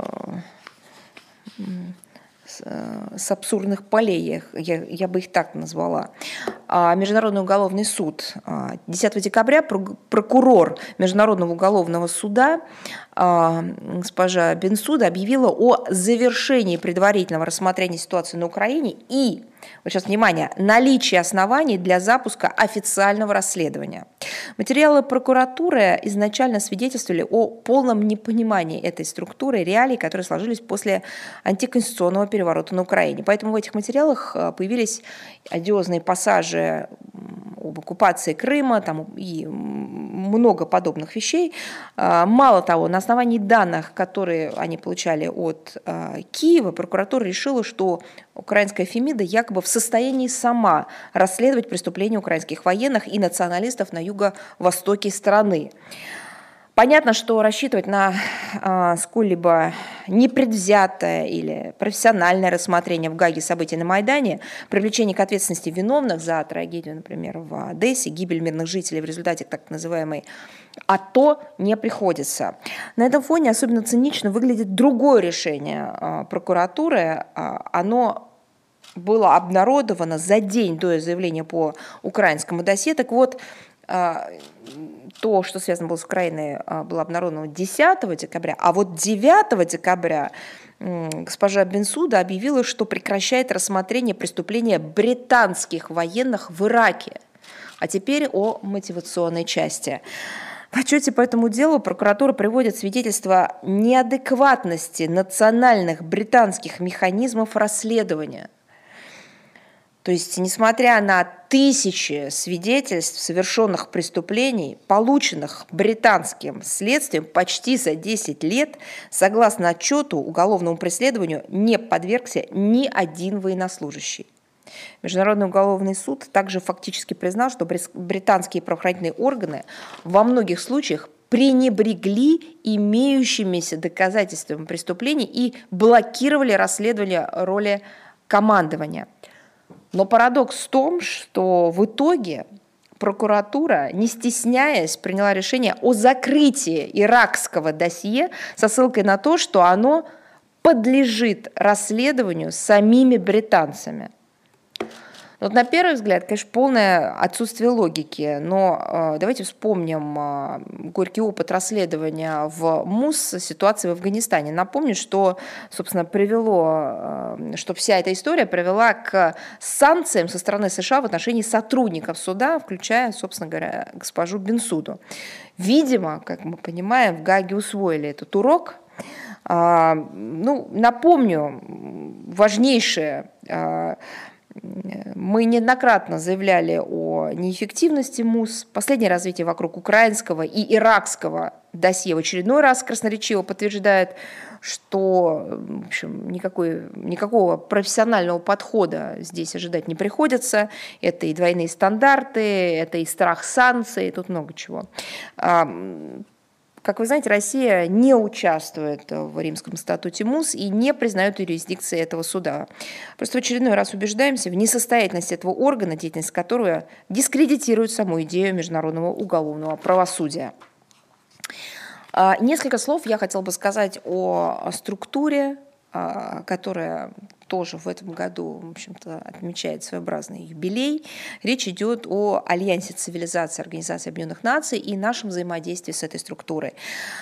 с абсурдных полей, я, я бы их так назвала. Международный уголовный суд. десятого декабря прокурор Международного уголовного суда госпожа Бенсуда объявила о завершении предварительного рассмотрения ситуации на Украине и, вот сейчас внимание, наличие оснований для запуска официального расследования. Материалы прокуратуры изначально свидетельствовали о полном непонимании этой структуры, реалий, которые сложились после антиконституционного переворота на Украине. Поэтому в этих материалах появились одиозные пассажи об оккупации Крыма там, и много подобных вещей. Мало того, на основании данных, которые они получали от Киева, прокуратура решила, что украинская Фемида якобы в состоянии сама расследовать преступления украинских военных и националистов на юго-востоке страны. Понятно, что рассчитывать на э, сколь-либо непредвзятое или профессиональное рассмотрение в Гааге событий на Майдане, привлечение к ответственности виновных за трагедию, например, в Одессе, гибель мирных жителей в результате так называемой АТО, не приходится. На этом фоне особенно цинично выглядит другое решение э, прокуратуры. Э, оно было обнародовано за день до заявления по украинскому досье. Так вот, то, что связано было с Украиной, было обнародовано десятого декабря, а вот девятого декабря госпожа Бенсуда объявила, что прекращает рассмотрение преступления британских военных в Ираке. А теперь о мотивационной части. В отчете по этому делу прокуратура приводит свидетельства неадекватности национальных британских механизмов расследования. То есть, несмотря на тысячи свидетельств совершенных преступлений, полученных британским следствием почти за десять лет, согласно отчету, уголовному преследованию не подвергся ни один военнослужащий. Международный уголовный суд также фактически признал, что британские правоохранительные органы во многих случаях пренебрегли имеющимися доказательствами преступлений и блокировали расследование роли командования. Но парадокс в том, что в итоге прокуратура, не стесняясь, приняла решение о закрытии иракского досье со ссылкой на то, что оно подлежит расследованию самими британцами. Вот на первый взгляд, конечно, полное отсутствие логики, но э, давайте вспомним э, горький опыт расследования в МУС ситуации в Афганистане. Напомню, что, собственно, привело, э, что вся эта история привела к санкциям со стороны США в отношении сотрудников суда, включая, собственно говоря, госпожу Бенсуду. Видимо, как мы понимаем, в Гааге усвоили этот урок. Э, ну, напомню, важнейшее э, мы неоднократно заявляли о неэффективности МУС. Последнее развитие вокруг украинского и иракского досье в очередной раз красноречиво подтверждает, что, в общем, никакой, никакого профессионального подхода здесь ожидать не приходится. Это и двойные стандарты, это и страх санкций, тут много чего. Как вы знаете, Россия не участвует в Римском статуте МУС и не признает юрисдикции этого суда. Просто в очередной раз убеждаемся в несостоятельности этого органа, деятельность которого дискредитирует саму идею международного уголовного правосудия. Несколько слов я хотела бы сказать о структуре, которая тоже в этом году, в общем-то, отмечает своеобразный юбилей. Речь идет о Альянсе цивилизации Организации Объединенных Наций и нашем взаимодействии с этой структурой.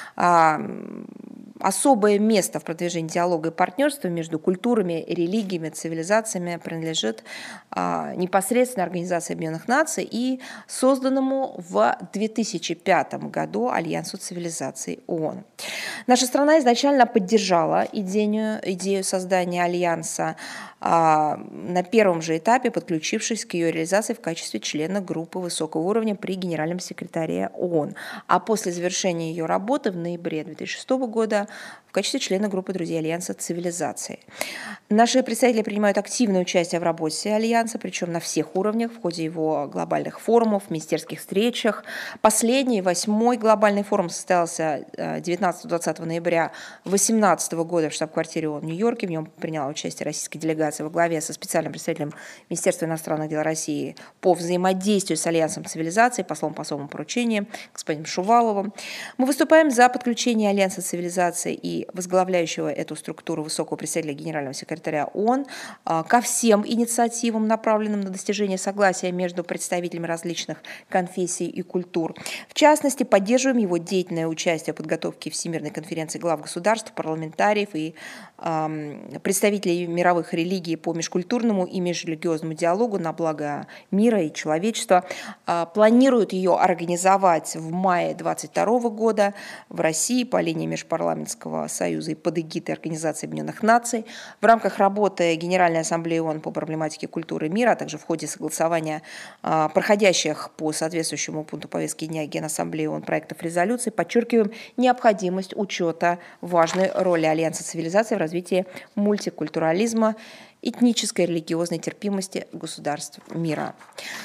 Особое место в продвижении диалога и партнерства между культурами, религиями, цивилизациями принадлежит непосредственно Организации Объединенных Наций и созданному в две тысячи пятом году Альянсу цивилизаций ООН. Наша страна изначально поддержала идею, идею создания Альянса, на первом же этапе подключившись к ее реализации в качестве члена группы высокого уровня при Генеральном секретаре ООН. А после завершения ее работы в ноябре две тысячи шестого года в качестве члена группы друзей Альянса цивилизации. Наши представители принимают активное участие в работе Альянса, причем на всех уровнях, в ходе его глобальных форумов, министерских встречах. Последний, восьмой глобальный форум состоялся девятнадцатого-двадцатого ноября две тысячи восемнадцатого года в штаб-квартире ООН в Нью-Йорке. В нем приняла участие российская делегация во главе со специальным представителем Министерства иностранных дел России по взаимодействию с Альянсом цивилизации, послом по особому поручению, господином Шуваловым. Мы выступаем за подключение Альянса цивилизации и возглавляющего эту структуру высокого представителя генерального секретаря ООН ко всем инициативам, направленным на достижение согласия между представителями различных конфессий и культур. В частности, поддерживаем его деятельное участие в подготовке Всемирной конференции глав государств, парламентариев и э, представителей мировых религий по межкультурному и межрелигиозному диалогу на благо мира и человечества. Э, планирует ее организовать в мае две тысячи двадцать второго года в России по линии Межпарламентского союза и под эгидой Организации Объединенных Наций в рамках работы Генеральной Ассамблеи ООН по проблематике культуры и мира, а также в ходе согласования а, проходящих по соответствующему пункту повестки дня Генассамблеи ООН проектов резолюций, подчеркиваем необходимость учета важной роли Альянса цивилизации в развитии мультикультурализма, этнической и религиозной терпимости государств мира.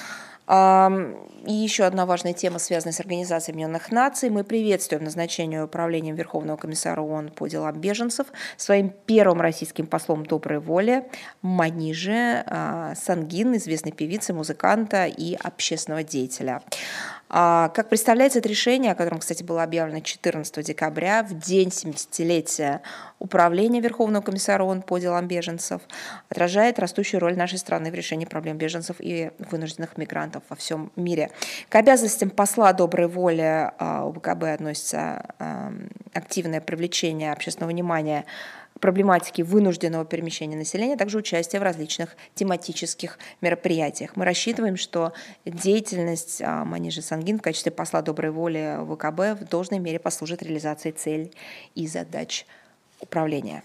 И еще одна важная тема, связанная с Организацией Объединенных Наций. Мы приветствуем назначение управлением Верховного комиссара ООН по делам беженцев своим первым российским послом доброй воли Манижи Сангин, известной певицы, музыканта и общественного деятеля. Как представляется, это решение, о котором, кстати, было объявлено четырнадцатого декабря, в день семидесятилетия управления Верховного комиссара ООН по делам беженцев, отражает растущую роль нашей страны в решении проблем беженцев и вынужденных мигрантов во всем мире. К обязанностям посла доброй воли УВКБ относится активное привлечение общественного внимания проблематики вынужденного перемещения населения, а также участие в различных тематических мероприятиях. Мы рассчитываем, что деятельность Манижи Сангин в качестве посла доброй воли ВКБ в должной мере послужит реализации целей и задач управления.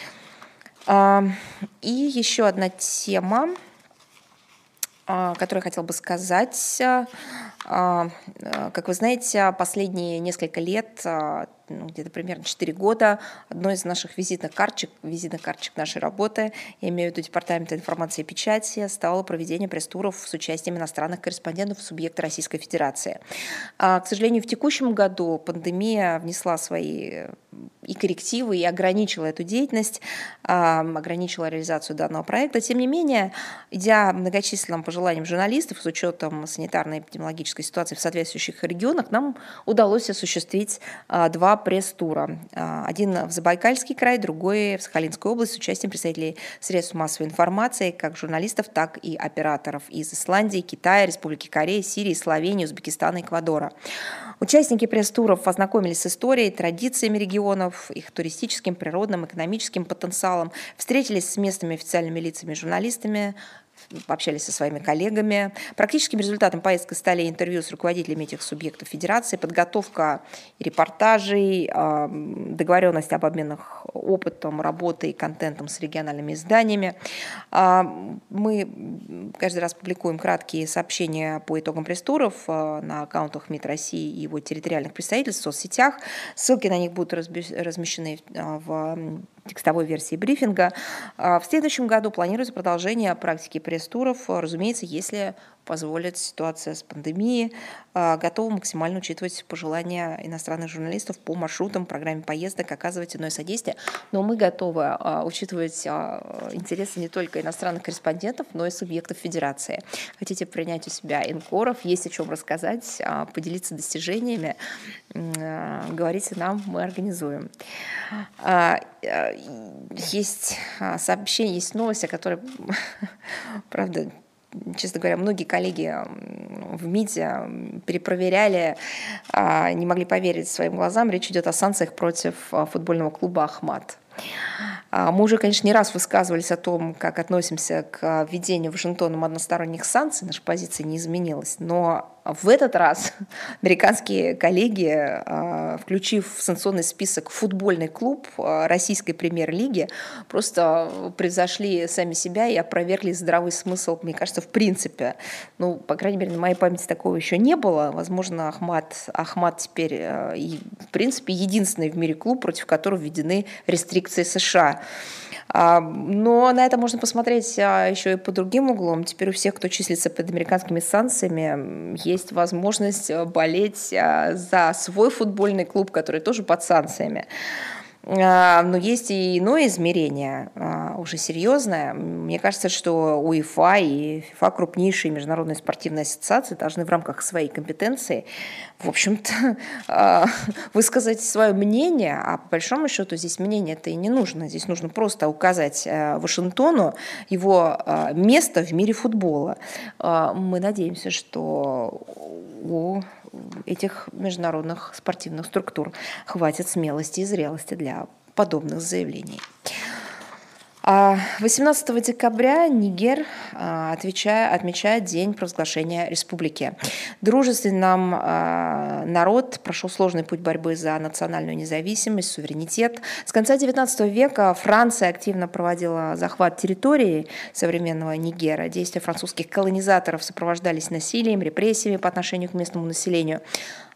И еще одна тема, которую я хотела бы сказать. Как вы знаете, последние несколько лет, ну, где-то примерно четыре года, одной из наших визитных карточек, визитных карточек нашей работы, я имею в виду Департамента информации и печати, стало проведение пресс-туров с участием иностранных корреспондентов субъекта Российской Федерации. К сожалению, в текущем году пандемия внесла свои и коррективы, и ограничила эту деятельность, ограничила реализацию данного проекта. Тем не менее, идя многочисленным пожеланиям журналистов, с учетом санитарно-эпидемиологической ситуации в соответствующих регионах, нам удалось осуществить два пресс-тура. Один в Забайкальский край, другой в Сахалинскую область с участием представителей средств массовой информации, как журналистов, так и операторов из Исландии, Китая, Республики Корея, Сирии, Словении, Узбекистана, Эквадора. Участники пресс-туров ознакомились с историей, традициями регионов, их туристическим, природным, экономическим потенциалом, встретились с местными официальными лицами и журналистами, пообщались со своими коллегами. Практическим результатом поездки стали интервью с руководителями этих субъектов Федерации, подготовка репортажей, договоренность об обменах опытом, работой и контентом с региональными изданиями. Мы каждый раз публикуем краткие сообщения по итогам пресс-туров на аккаунтах МИД России и его территориальных представительств в соцсетях. Ссылки на них будут размещены в текстовой версии брифинга. В следующем году планируется продолжение практики пресс-туров, разумеется, если позволит ситуация с пандемией. Готовы максимально учитывать пожелания иностранных журналистов по маршрутам, программе поездок, оказывать иное содействие. Но мы готовы учитывать интересы не только иностранных корреспондентов, но и субъектов Федерации. Хотите принять у себя инкоров, есть о чем рассказать, поделиться достижениями, говорите нам, мы организуем. Есть сообщение, есть новость, о которой, правда, честно говоря, многие коллеги в МИДе перепроверяли, не могли поверить своим глазам. Речь идет о санкциях против футбольного клуба «Ахмат». Мы уже, конечно, не раз высказывались о том, как относимся к введению Вашингтоном односторонних санкций, наша позиция не изменилась, но в этот раз американские коллеги, включив в санкционный список футбольный клуб российской премьер-лиги, просто превзошли сами себя и опровергли здравый смысл, мне кажется, в принципе. Ну, по крайней мере, на моей памяти такого еще не было. Возможно, Ахмат, Ахмат теперь, в принципе, единственный в мире клуб, против которого введены рестрикции США. Но на это можно посмотреть еще и по другим углом. Теперь у всех, кто числится под американскими санкциями, есть возможность болеть за свой футбольный клуб, который тоже под санкциями. Но есть и иное измерение, уже серьезное. Мне кажется, что УЕФА и ФИФА, крупнейшие международные спортивные ассоциации, должны в рамках своей компетенции, в общем-то, высказать свое мнение. А по большому счету здесь мнение-то и не нужно. Здесь нужно просто указать Вашингтону его место в мире футбола. Мы надеемся, что у этих международных спортивных структур хватит смелости и зрелости для подобных заявлений. восемнадцатого декабря Нигер отвечая, отмечает День провозглашения республики. Дружественный нам народ прошел сложный путь борьбы за национальную независимость, суверенитет. С конца девятнадцатого века Франция активно проводила захват территории современного Нигера. Действия французских колонизаторов сопровождались насилием, репрессиями по отношению к местному населению.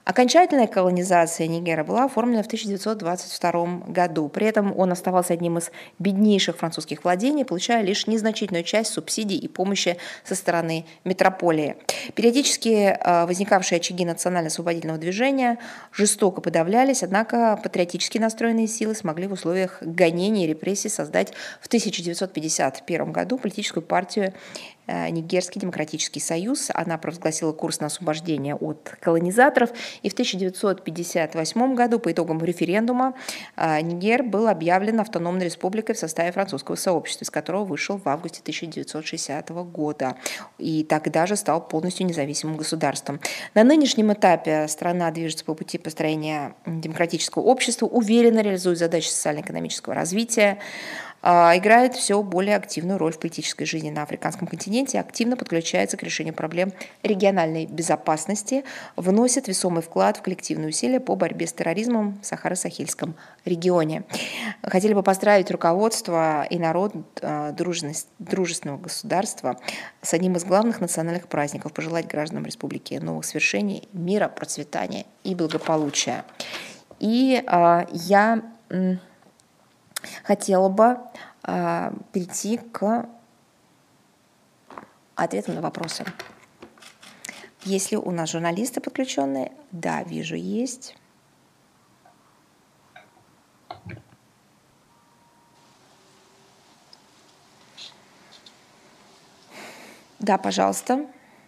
Окончательная колонизация Нигера была оформлена в тысяча девятьсот двадцать втором году. При этом он оставался одним из беднейших французских владений, получая лишь незначительную часть субсидий и помощи со стороны метрополии. Периодически возникавшие очаги национально-освободительного движения жестоко подавлялись, однако патриотически настроенные силы смогли в условиях гонений и репрессий создать в тысяча девятьсот пятьдесят первом году политическую партию Нигерский демократический союз. Она провозгласила курс на освобождение от колонизаторов. И в тысяча девятьсот пятьдесят восьмом году по итогам референдума Нигер был объявлен автономной республикой в составе французского сообщества, из которого вышел в августе тысяча девятьсот шестидесятого года. И тогда же стал полностью независимым государством. На нынешнем этапе страна движется по пути построения демократического общества, уверенно реализует задачи социально-экономического развития, играет все более активную роль в политической жизни на африканском континенте, активно подключается к решению проблем региональной безопасности, вносит весомый вклад в коллективные усилия по борьбе с терроризмом в Сахаро-Сахельском регионе. Хотели бы поздравить руководство и народ дружественного государства с одним из главных национальных праздников, пожелать гражданам республики новых свершений, мира, процветания и благополучия. И а, я... Хотела бы э, перейти к ответам на вопросы. Есть ли у нас журналисты подключенные? Да, вижу, есть. Да, пожалуйста.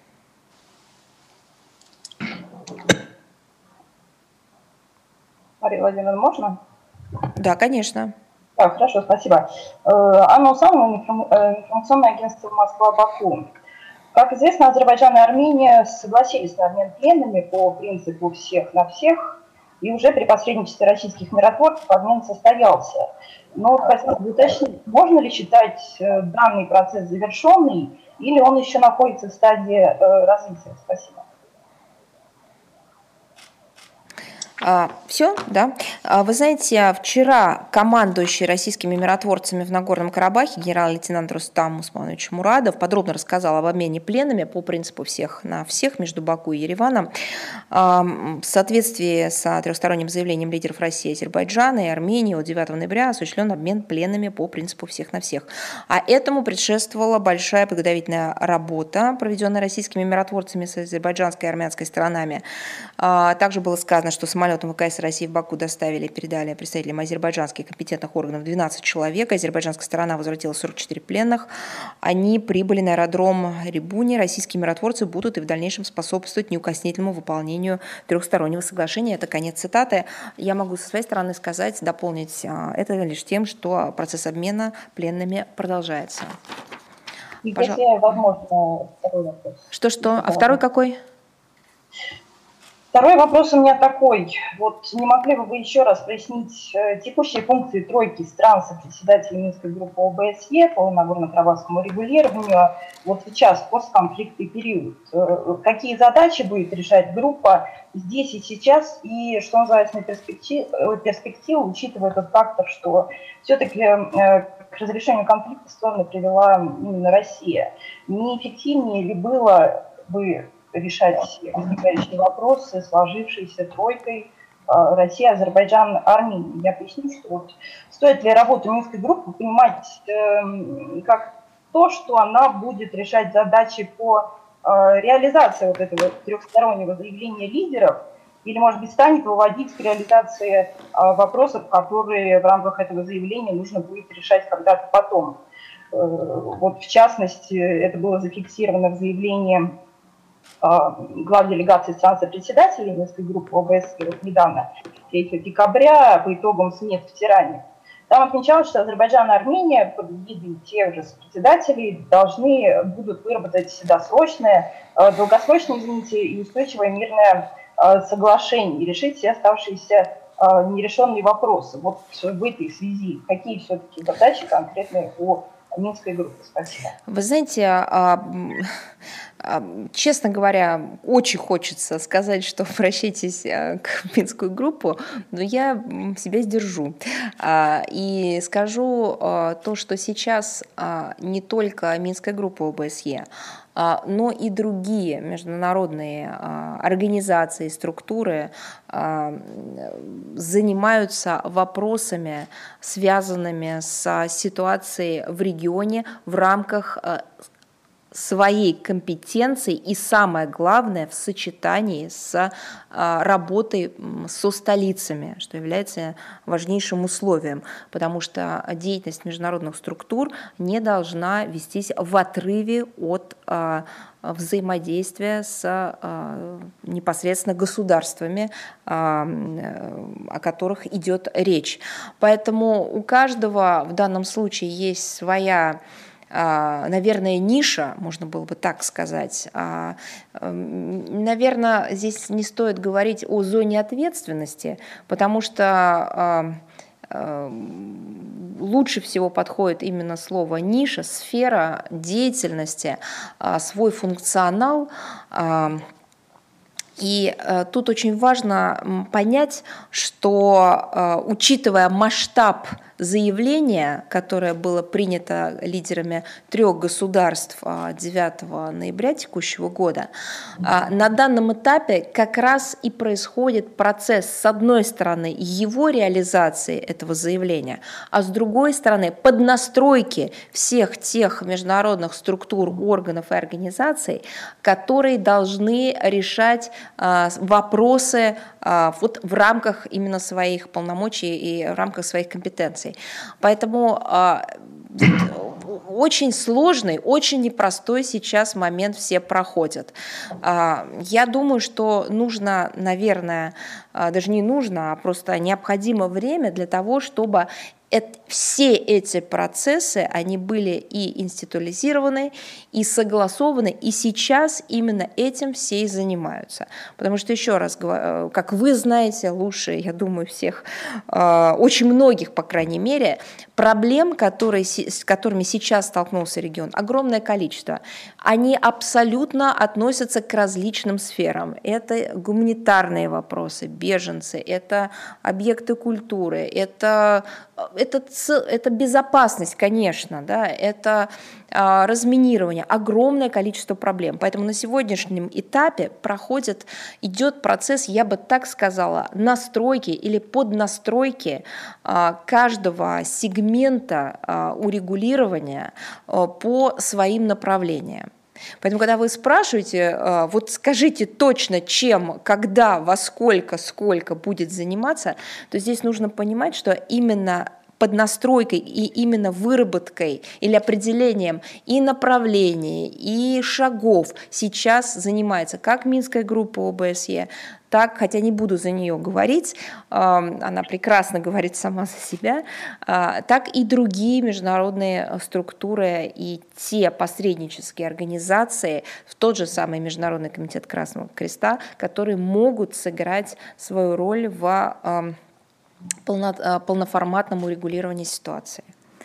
Мария Владимировна, можно? Да, конечно. Да, хорошо, спасибо. Анна Усанова, информационное агентство Москва-Баку. Как известно, Азербайджан и Армения согласились на обмен пленными по принципу всех на всех, и уже при посредничестве российских миротворцев обмен состоялся. Но хотелось бы уточнить, можно ли считать данный процесс завершенный, или он еще находится в стадии развития? Спасибо. А, все, да. А, вы знаете, вчера командующий российскими миротворцами в Нагорном Карабахе генерал-лейтенант Рустам Усманович Мурадов подробно рассказал об обмене пленными по принципу всех на всех между Баку и Ереваном. А, в соответствии с трехсторонним заявлением лидеров России, Азербайджана и Армении от девятого ноября осуществлен обмен пленными по принципу всех на всех. А этому предшествовала большая подготовительная работа, проведенная российскими миротворцами с азербайджанской и армянской сторонами. А, также было сказано, что самолет Самолетом ВКС России в Баку доставили и передали представителям азербайджанских компетентных органов двенадцать человек. Азербайджанская сторона возвратила сорок четыре пленных. Они прибыли на аэродром Рибуни. Российские миротворцы будут и в дальнейшем способствовать неукоснительному выполнению трехстороннего соглашения. Это конец цитаты. Я могу со своей стороны сказать, дополнить это лишь тем, что процесс обмена пленными продолжается. И если возможно, второй вопрос. Что-что? А второй какой? Второй вопрос у меня такой. Вот не могли бы вы еще раз прояснить э, текущие функции тройки стран сопредседателей Минской группы ОБСЕ по Нагорно-Карабахскому регулированию вот сейчас, в постконфликтный период? Э, какие задачи будет решать группа здесь и сейчас? И что называется, на перспективу, перспективу учитывая тот фактор, что все-таки э, к разрешению конфликта стороны привела именно Россия. Неэффективнее ли было бы решать возникающие вопросы, сложившиеся тройкой Россия, Азербайджан, Армения? Я поясню, что вот стоит ли работу Минской группы понимать э, как то, что она будет решать задачи по э, реализации вот этого трехстороннего заявления лидеров, или, может быть, станет выводить к реализации э, вопросов, которые в рамках этого заявления нужно будет решать когда-то потом. Э, вот, в частности, это было зафиксировано в заявлении глав делегации стран-сопредседателей Минской группы ОБСЕ вот недавно, третьего декабря, по итогам СМИ в Тиране. Там отмечалось, что Азербайджан и Армения под эгидой тех же сопредседателей должны будут выработать досрочное, долгосрочное, извините, и устойчивое мирное соглашение и решить все оставшиеся нерешенные вопросы. Вот в этой связи какие все-таки задачи конкретные у Минской группы? Спасибо. Вы знаете, честно говоря, очень хочется сказать, что обращайтесь к Минскую группу, но я себя сдержу. И скажу то, что сейчас не только Минская группа ОБСЕ, но и другие международные организации, структуры занимаются вопросами, связанными с ситуацией в регионе в рамках своей компетенции и, самое главное, в сочетании с работой со столицами, что является важнейшим условием, потому что деятельность международных структур не должна вестись в отрыве от взаимодействия с непосредственно государствами, о которых идет речь. Поэтому у каждого в данном случае есть своя, наверное, ниша, можно было бы так сказать. Наверное, здесь не стоит говорить о зоне ответственности, потому что лучше всего подходит именно слово ниша, сфера деятельности, свой функционал. И тут очень важно понять, что, учитывая масштаб заявление, которое было принято лидерами трех государств девятого ноября текущего года, на данном этапе как раз и происходит процесс, с одной стороны, его реализации этого заявления, а с другой стороны, поднастройки всех тех международных структур, органов и организаций, которые должны решать вопросы вот в рамках именно своих полномочий и в рамках своих компетенций. Поэтому очень сложный, очень непростой сейчас момент все проходят. Я думаю, что нужно, наверное, даже не нужно, а просто необходимо время для того, чтобы Это, все эти процессы, они были и институализированы, и согласованы, и сейчас именно этим все и занимаются. Потому что, еще раз говорю, как вы знаете лучше, я думаю, всех, очень многих, по крайней мере, проблем, которые, с которыми сейчас столкнулся регион, огромное количество. Они абсолютно относятся к различным сферам. Это гуманитарные вопросы, беженцы, это объекты культуры, это... Это, это безопасность, конечно, да, это а, разминирование, огромное количество проблем. Поэтому на сегодняшнем этапе проходит, идет процесс, я бы так сказала, настройки или поднастройки а, каждого сегмента а, урегулирования а, по своим направлениям. Поэтому, когда вы спрашиваете, вот скажите точно, чем, когда, во сколько, сколько будет заниматься, то здесь нужно понимать, что именно под настройкой и именно выработкой или определением и направлений, и шагов сейчас занимается как Минская группа ОБСЕ, так, хотя не буду за нее говорить, она прекрасно говорит сама за себя, так и другие международные структуры и те посреднические организации, в тот же самый Международный комитет Красного Креста, которые могут сыграть свою роль в полноформатном урегулировании ситуации.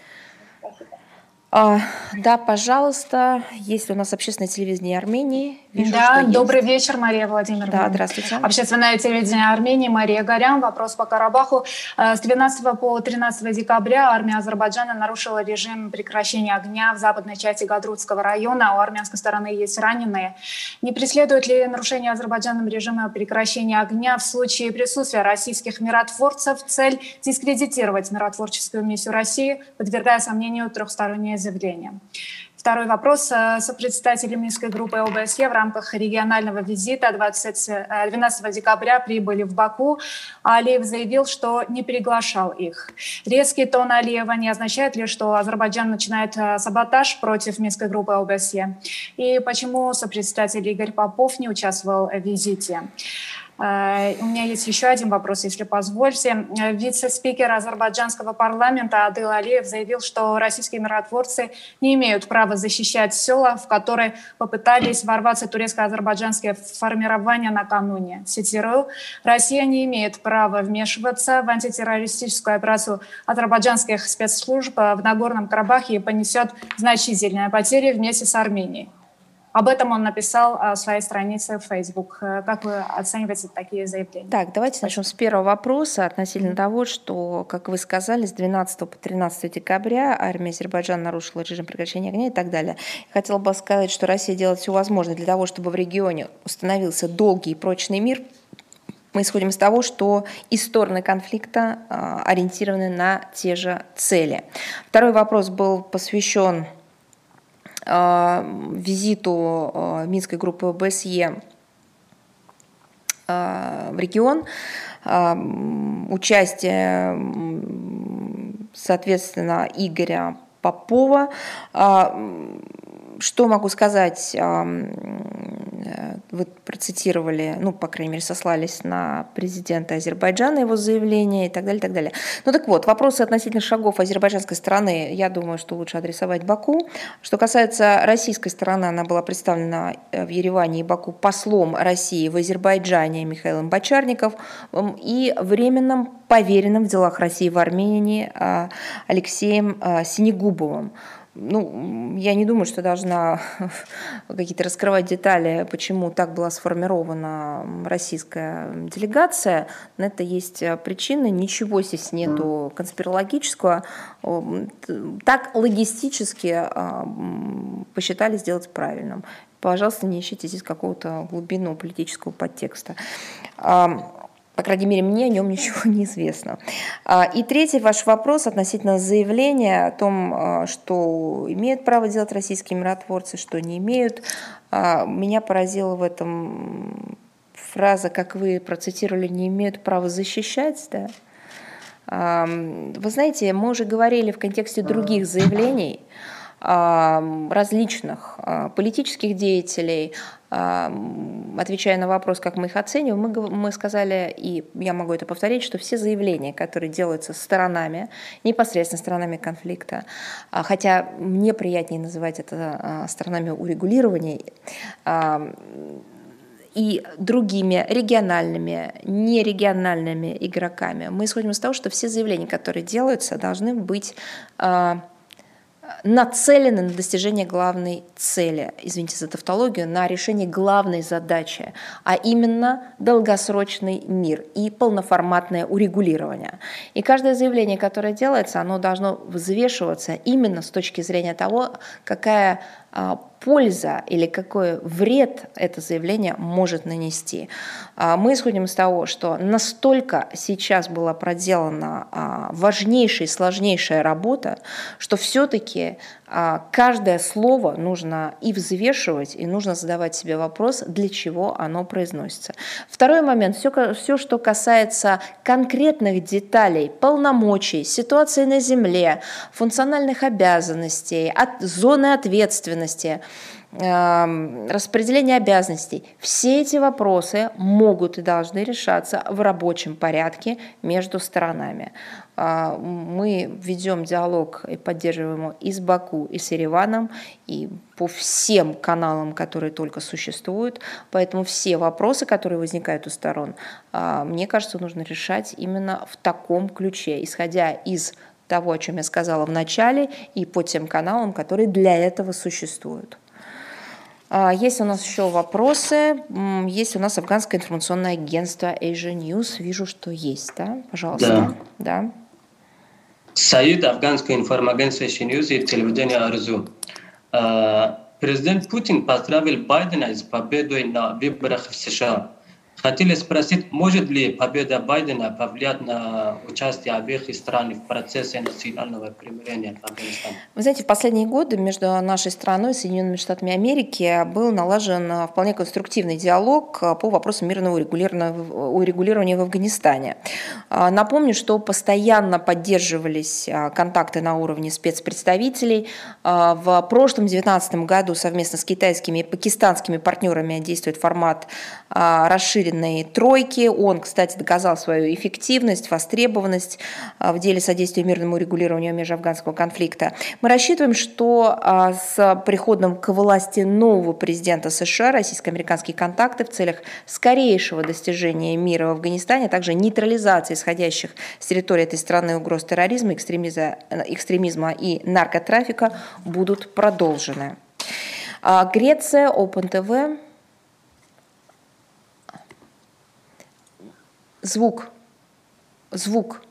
А, да, пожалуйста, есть ли у нас общественное телевидение Армении? Вижу, да, добрый есть. Вечер, Мария Владимировна. Да, здравствуйте. Общественное телевидение Армении, Мария Горян. Вопрос по Карабаху. С двенадцатого по тринадцатое декабря армия Азербайджана нарушила режим прекращения огня в западной части Гадрутского района. У армянской стороны есть раненые. Не преследует ли нарушение Азербайджаном режима прекращения огня в случае присутствия российских миротворцев цель дискредитировать миротворческую миссию России, подвергая сомнению трехстороннее заявление? Второй вопрос. Сопредседатели Минской группы ОБСЕ в рамках регионального визита двенадцатого декабря прибыли в Баку. Алиев заявил, что не приглашал их. Резкий тон Алиева не означает ли, что Азербайджан начинает саботаж против Минской группы ОБСЕ? И почему сопредседатель Игорь Попов не участвовал в визите? У меня есть еще один вопрос, если позволите. Вице-спикер азербайджанского парламента Адыл Алиев заявил, что российские миротворцы не имеют права защищать села, в которые попытались ворваться турецко-азербайджанские формирования накануне. Цитирую: «Россия не имеет права вмешиваться в антитеррористическую операцию азербайджанских спецслужб в Нагорном Карабахе и понесет значительные потери вместе с Арменией». Об этом он написал о своей странице в Facebook. Как вы оцениваете такие заявления? Так, давайте начнем с первого вопроса относительно mm-hmm. того, что, как вы сказали, с двенадцатого по тринадцатое декабря армия Азербайджана нарушила режим прекращения огня и так далее. Я хотела бы сказать, что Россия делает все возможное для того, чтобы в регионе установился долгий и прочный мир. Мы исходим из того, что и стороны конфликта а, ориентированы на те же цели. Второй вопрос был посвящен визиту Минской группы ОБСЕ в регион, участие, соответственно, Игоря Попова. Что могу сказать? Вы процитировали, ну, по крайней мере, сослались на президента Азербайджана, его заявление и так далее, и так далее. Ну так вот, вопросы относительно шагов азербайджанской стороны, я думаю, что лучше адресовать Баку. Что касается российской стороны, она была представлена в Ереване и Баку послом России в Азербайджане Михаилом Бочарниковым и временным поверенным в делах России в Армении Алексеем Синегубовым. Ну, я не думаю, что должна какие-то раскрывать детали, почему так была сформирована российская делегация. На это есть причины, ничего здесь нету конспирологического. Так логистически посчитали сделать правильным. Пожалуйста, не ищите здесь какого-то глубинного политического подтекста. По крайней мере, мне о нем ничего не известно. И третий ваш вопрос относительно заявления о том, что имеют право делать российские миротворцы, что не имеют. Меня поразила в этом фраза, как вы процитировали, не имеют права защищать. Да? Вы знаете, мы уже говорили в контексте других заявлений различных политических деятелей, отвечая на вопрос, как мы их оцениваем, мы, мы сказали, и я могу это повторить, что все заявления, которые делаются сторонами, непосредственно сторонами конфликта, хотя мне приятнее называть это сторонами урегулирования, и другими региональными, нерегиональными игроками, мы исходим из того, что все заявления, которые делаются, должны быть нацелены на достижение главной цели, извините за тавтологию, на решение главной задачи, а именно долгосрочный мир и полноформатное урегулирование. И каждое заявление, которое делается, оно должно взвешиваться именно с точки зрения того, какая польза или какой вред это заявление может нанести. Мы исходим из того, что настолько сейчас была проделана важнейшая и сложнейшая работа, что все-таки каждое слово нужно и взвешивать, и нужно задавать себе вопрос, для чего оно произносится. Второй момент, все, все что касается конкретных деталей, полномочий, ситуации на земле, функциональных обязанностей, от, зоны ответственности, распределение обязанностей. Все эти вопросы могут и должны решаться в рабочем порядке между сторонами. Мы ведем диалог и поддерживаем его и с Баку, и с Ереваном, и по всем каналам, которые только существуют. Поэтому все вопросы, которые возникают у сторон, мне кажется, нужно решать именно в таком ключе, исходя из того, о чем я сказала в начале, и по тем каналам, которые для этого существуют. Есть у нас еще вопросы. Есть у нас афганское информационное агентство Asia News. Вижу, что есть, да? Пожалуйста. Да. Да. Саид, афганское информагентство Asia News и телевидение Арзу. Президент Путин поздравил Байдена с победой на выборах в США. Хотели спросить, может ли победа Байдена повлиять на участие обеих стран в процессе национального примирения в Афганистане? Вы знаете, в последние годы между нашей страной и Соединенными Штатами Америки был налажен вполне конструктивный диалог по вопросу мирного урегулирования в Афганистане. Напомню, что постоянно поддерживались контакты на уровне спецпредставителей. В прошлом две тысячи девятнадцатом году совместно с китайскими и пакистанскими партнерами действует формат расширенной тройки. Он, кстати, доказал свою эффективность, востребованность в деле содействия мирному урегулированию межафганского конфликта. Мы рассчитываем, что с приходом к власти нового президента США российско-американские контакты в целях скорейшего достижения мира в Афганистане, а также нейтрализации исходящих с территории этой страны угроз терроризма, экстремизма, экстремизма и наркотрафика будут продолжены. Греция, OpenTV. Звук. Звук.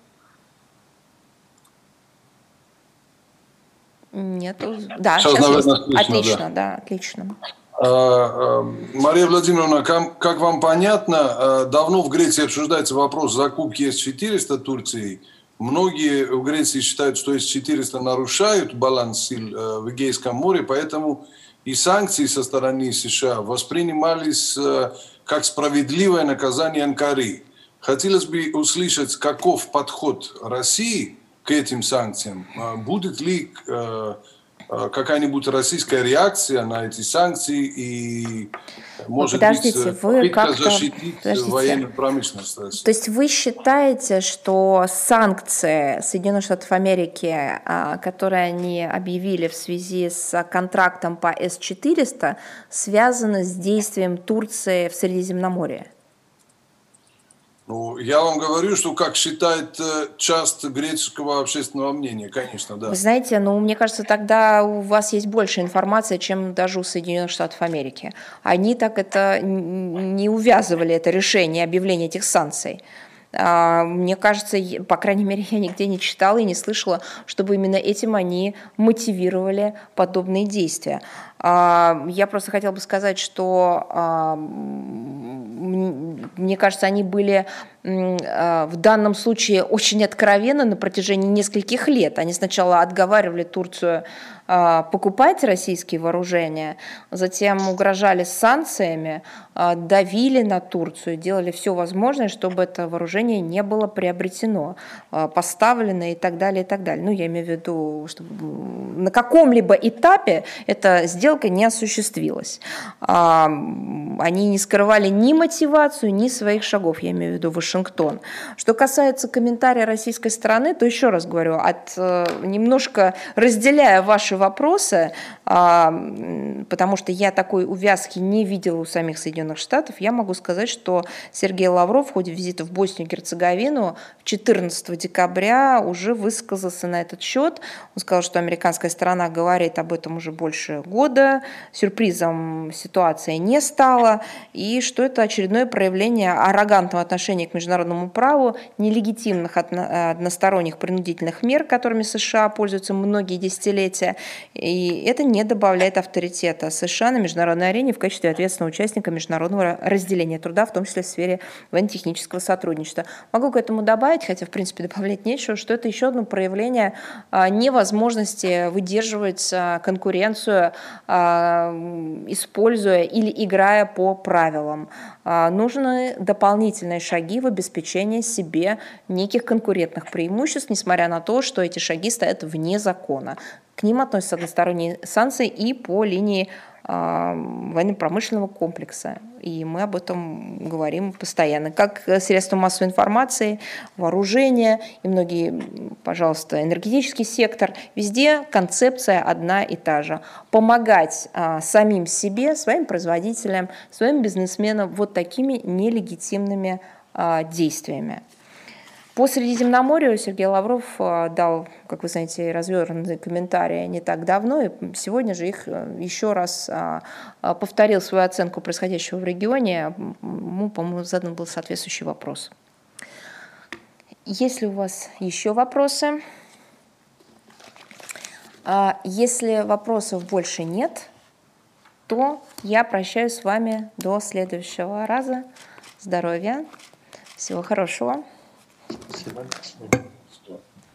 Нет. Да, сейчас, сейчас есть. Отлично, да, да отлично. Мария Владимировна, как вам понятно, давно в Греции обсуждается вопрос закупки эс четыреста Турцией. Многие в Греции считают, что эс четыреста нарушают баланс сил в Эгейском море, поэтому и санкции со стороны США воспринимались как справедливое наказание Анкары. Хотелось бы услышать, каков подход России к этим санкциям. Будет ли какая-нибудь российская реакция на эти санкции и, может Подождите, быть, вы попытка как-то... защитить Подождите. военную промышленность России? То есть вы считаете, что санкции Соединенных Штатов Америки, которые они объявили в связи с контрактом по эс четыреста, связаны с действием Турции в Средиземноморье? Ну, я вам говорю, что как считает часть греческого общественного мнения, конечно, да. Вы знаете, ну, мне кажется, тогда у вас есть больше информации, чем даже у Соединенных Штатов Америки. Они так это не увязывали, это решение, объявление этих санкций. Мне кажется, по крайней мере, я нигде не читала и не слышала, чтобы именно этим они мотивировали подобные действия. Я просто хотела бы сказать, что, мне кажется, они были в данном случае очень откровенны на протяжении нескольких лет. Они сначала отговаривали Турцию покупать российские вооружения, затем угрожали санкциями, давили на Турцию, делали все возможное, чтобы это вооружение не было приобретено, поставлено и так далее, и так далее. Ну, я имею в виду, чтобы на каком-либо этапе эта сделка не осуществилась. Они не скрывали ни мотивацию, ни своих шагов, я имею в виду Вашингтон. Что касается комментария российской стороны, то еще раз говорю, от, немножко разделяя ваши вопросы, потому что я такой увязки не видела у самих Соединенных Штатов, я могу сказать, что Сергей Лавров в ходе визита в Боснию и Герцеговину четырнадцатого декабря уже высказался на этот счет. Он сказал, что американская сторона говорит об этом уже больше года, сюрпризом ситуация не стала, и что это очередное проявление аррогантного отношения к международному праву, нелегитимных односторонних принудительных мер, которыми США пользуются многие десятилетия, и это не добавляет авторитета США на международной арене в качестве ответственного участника международного разделения труда, в том числе в сфере военно-технического сотрудничества. Могу к этому добавить, хотя в принципе добавлять нечего, что это еще одно проявление невозможности выдерживать конкуренцию, используя или играя по правилам. Нужны дополнительные шаги в обеспечении себе неких конкурентных преимуществ, несмотря на то, что эти шаги стоят вне закона. К ним относятся односторонние санкции и по линии военно-промышленного комплекса. И мы об этом говорим постоянно. Как средства массовой информации, вооружение и многие, пожалуйста, энергетический сектор. Везде концепция одна и та же. Помогать а, самим себе, своим производителям, своим бизнесменам вот такими нелегитимными а, действиями. По Средиземноморью Сергей Лавров дал, как вы знаете, развернутые комментарии не так давно, и сегодня же их еще раз повторил свою оценку происходящего в регионе. Ему, по-моему, задан был соответствующий вопрос. Есть ли у вас еще вопросы? Если вопросов больше нет, то я прощаюсь с вами до следующего раза. Здоровья, всего хорошего. Спасибо.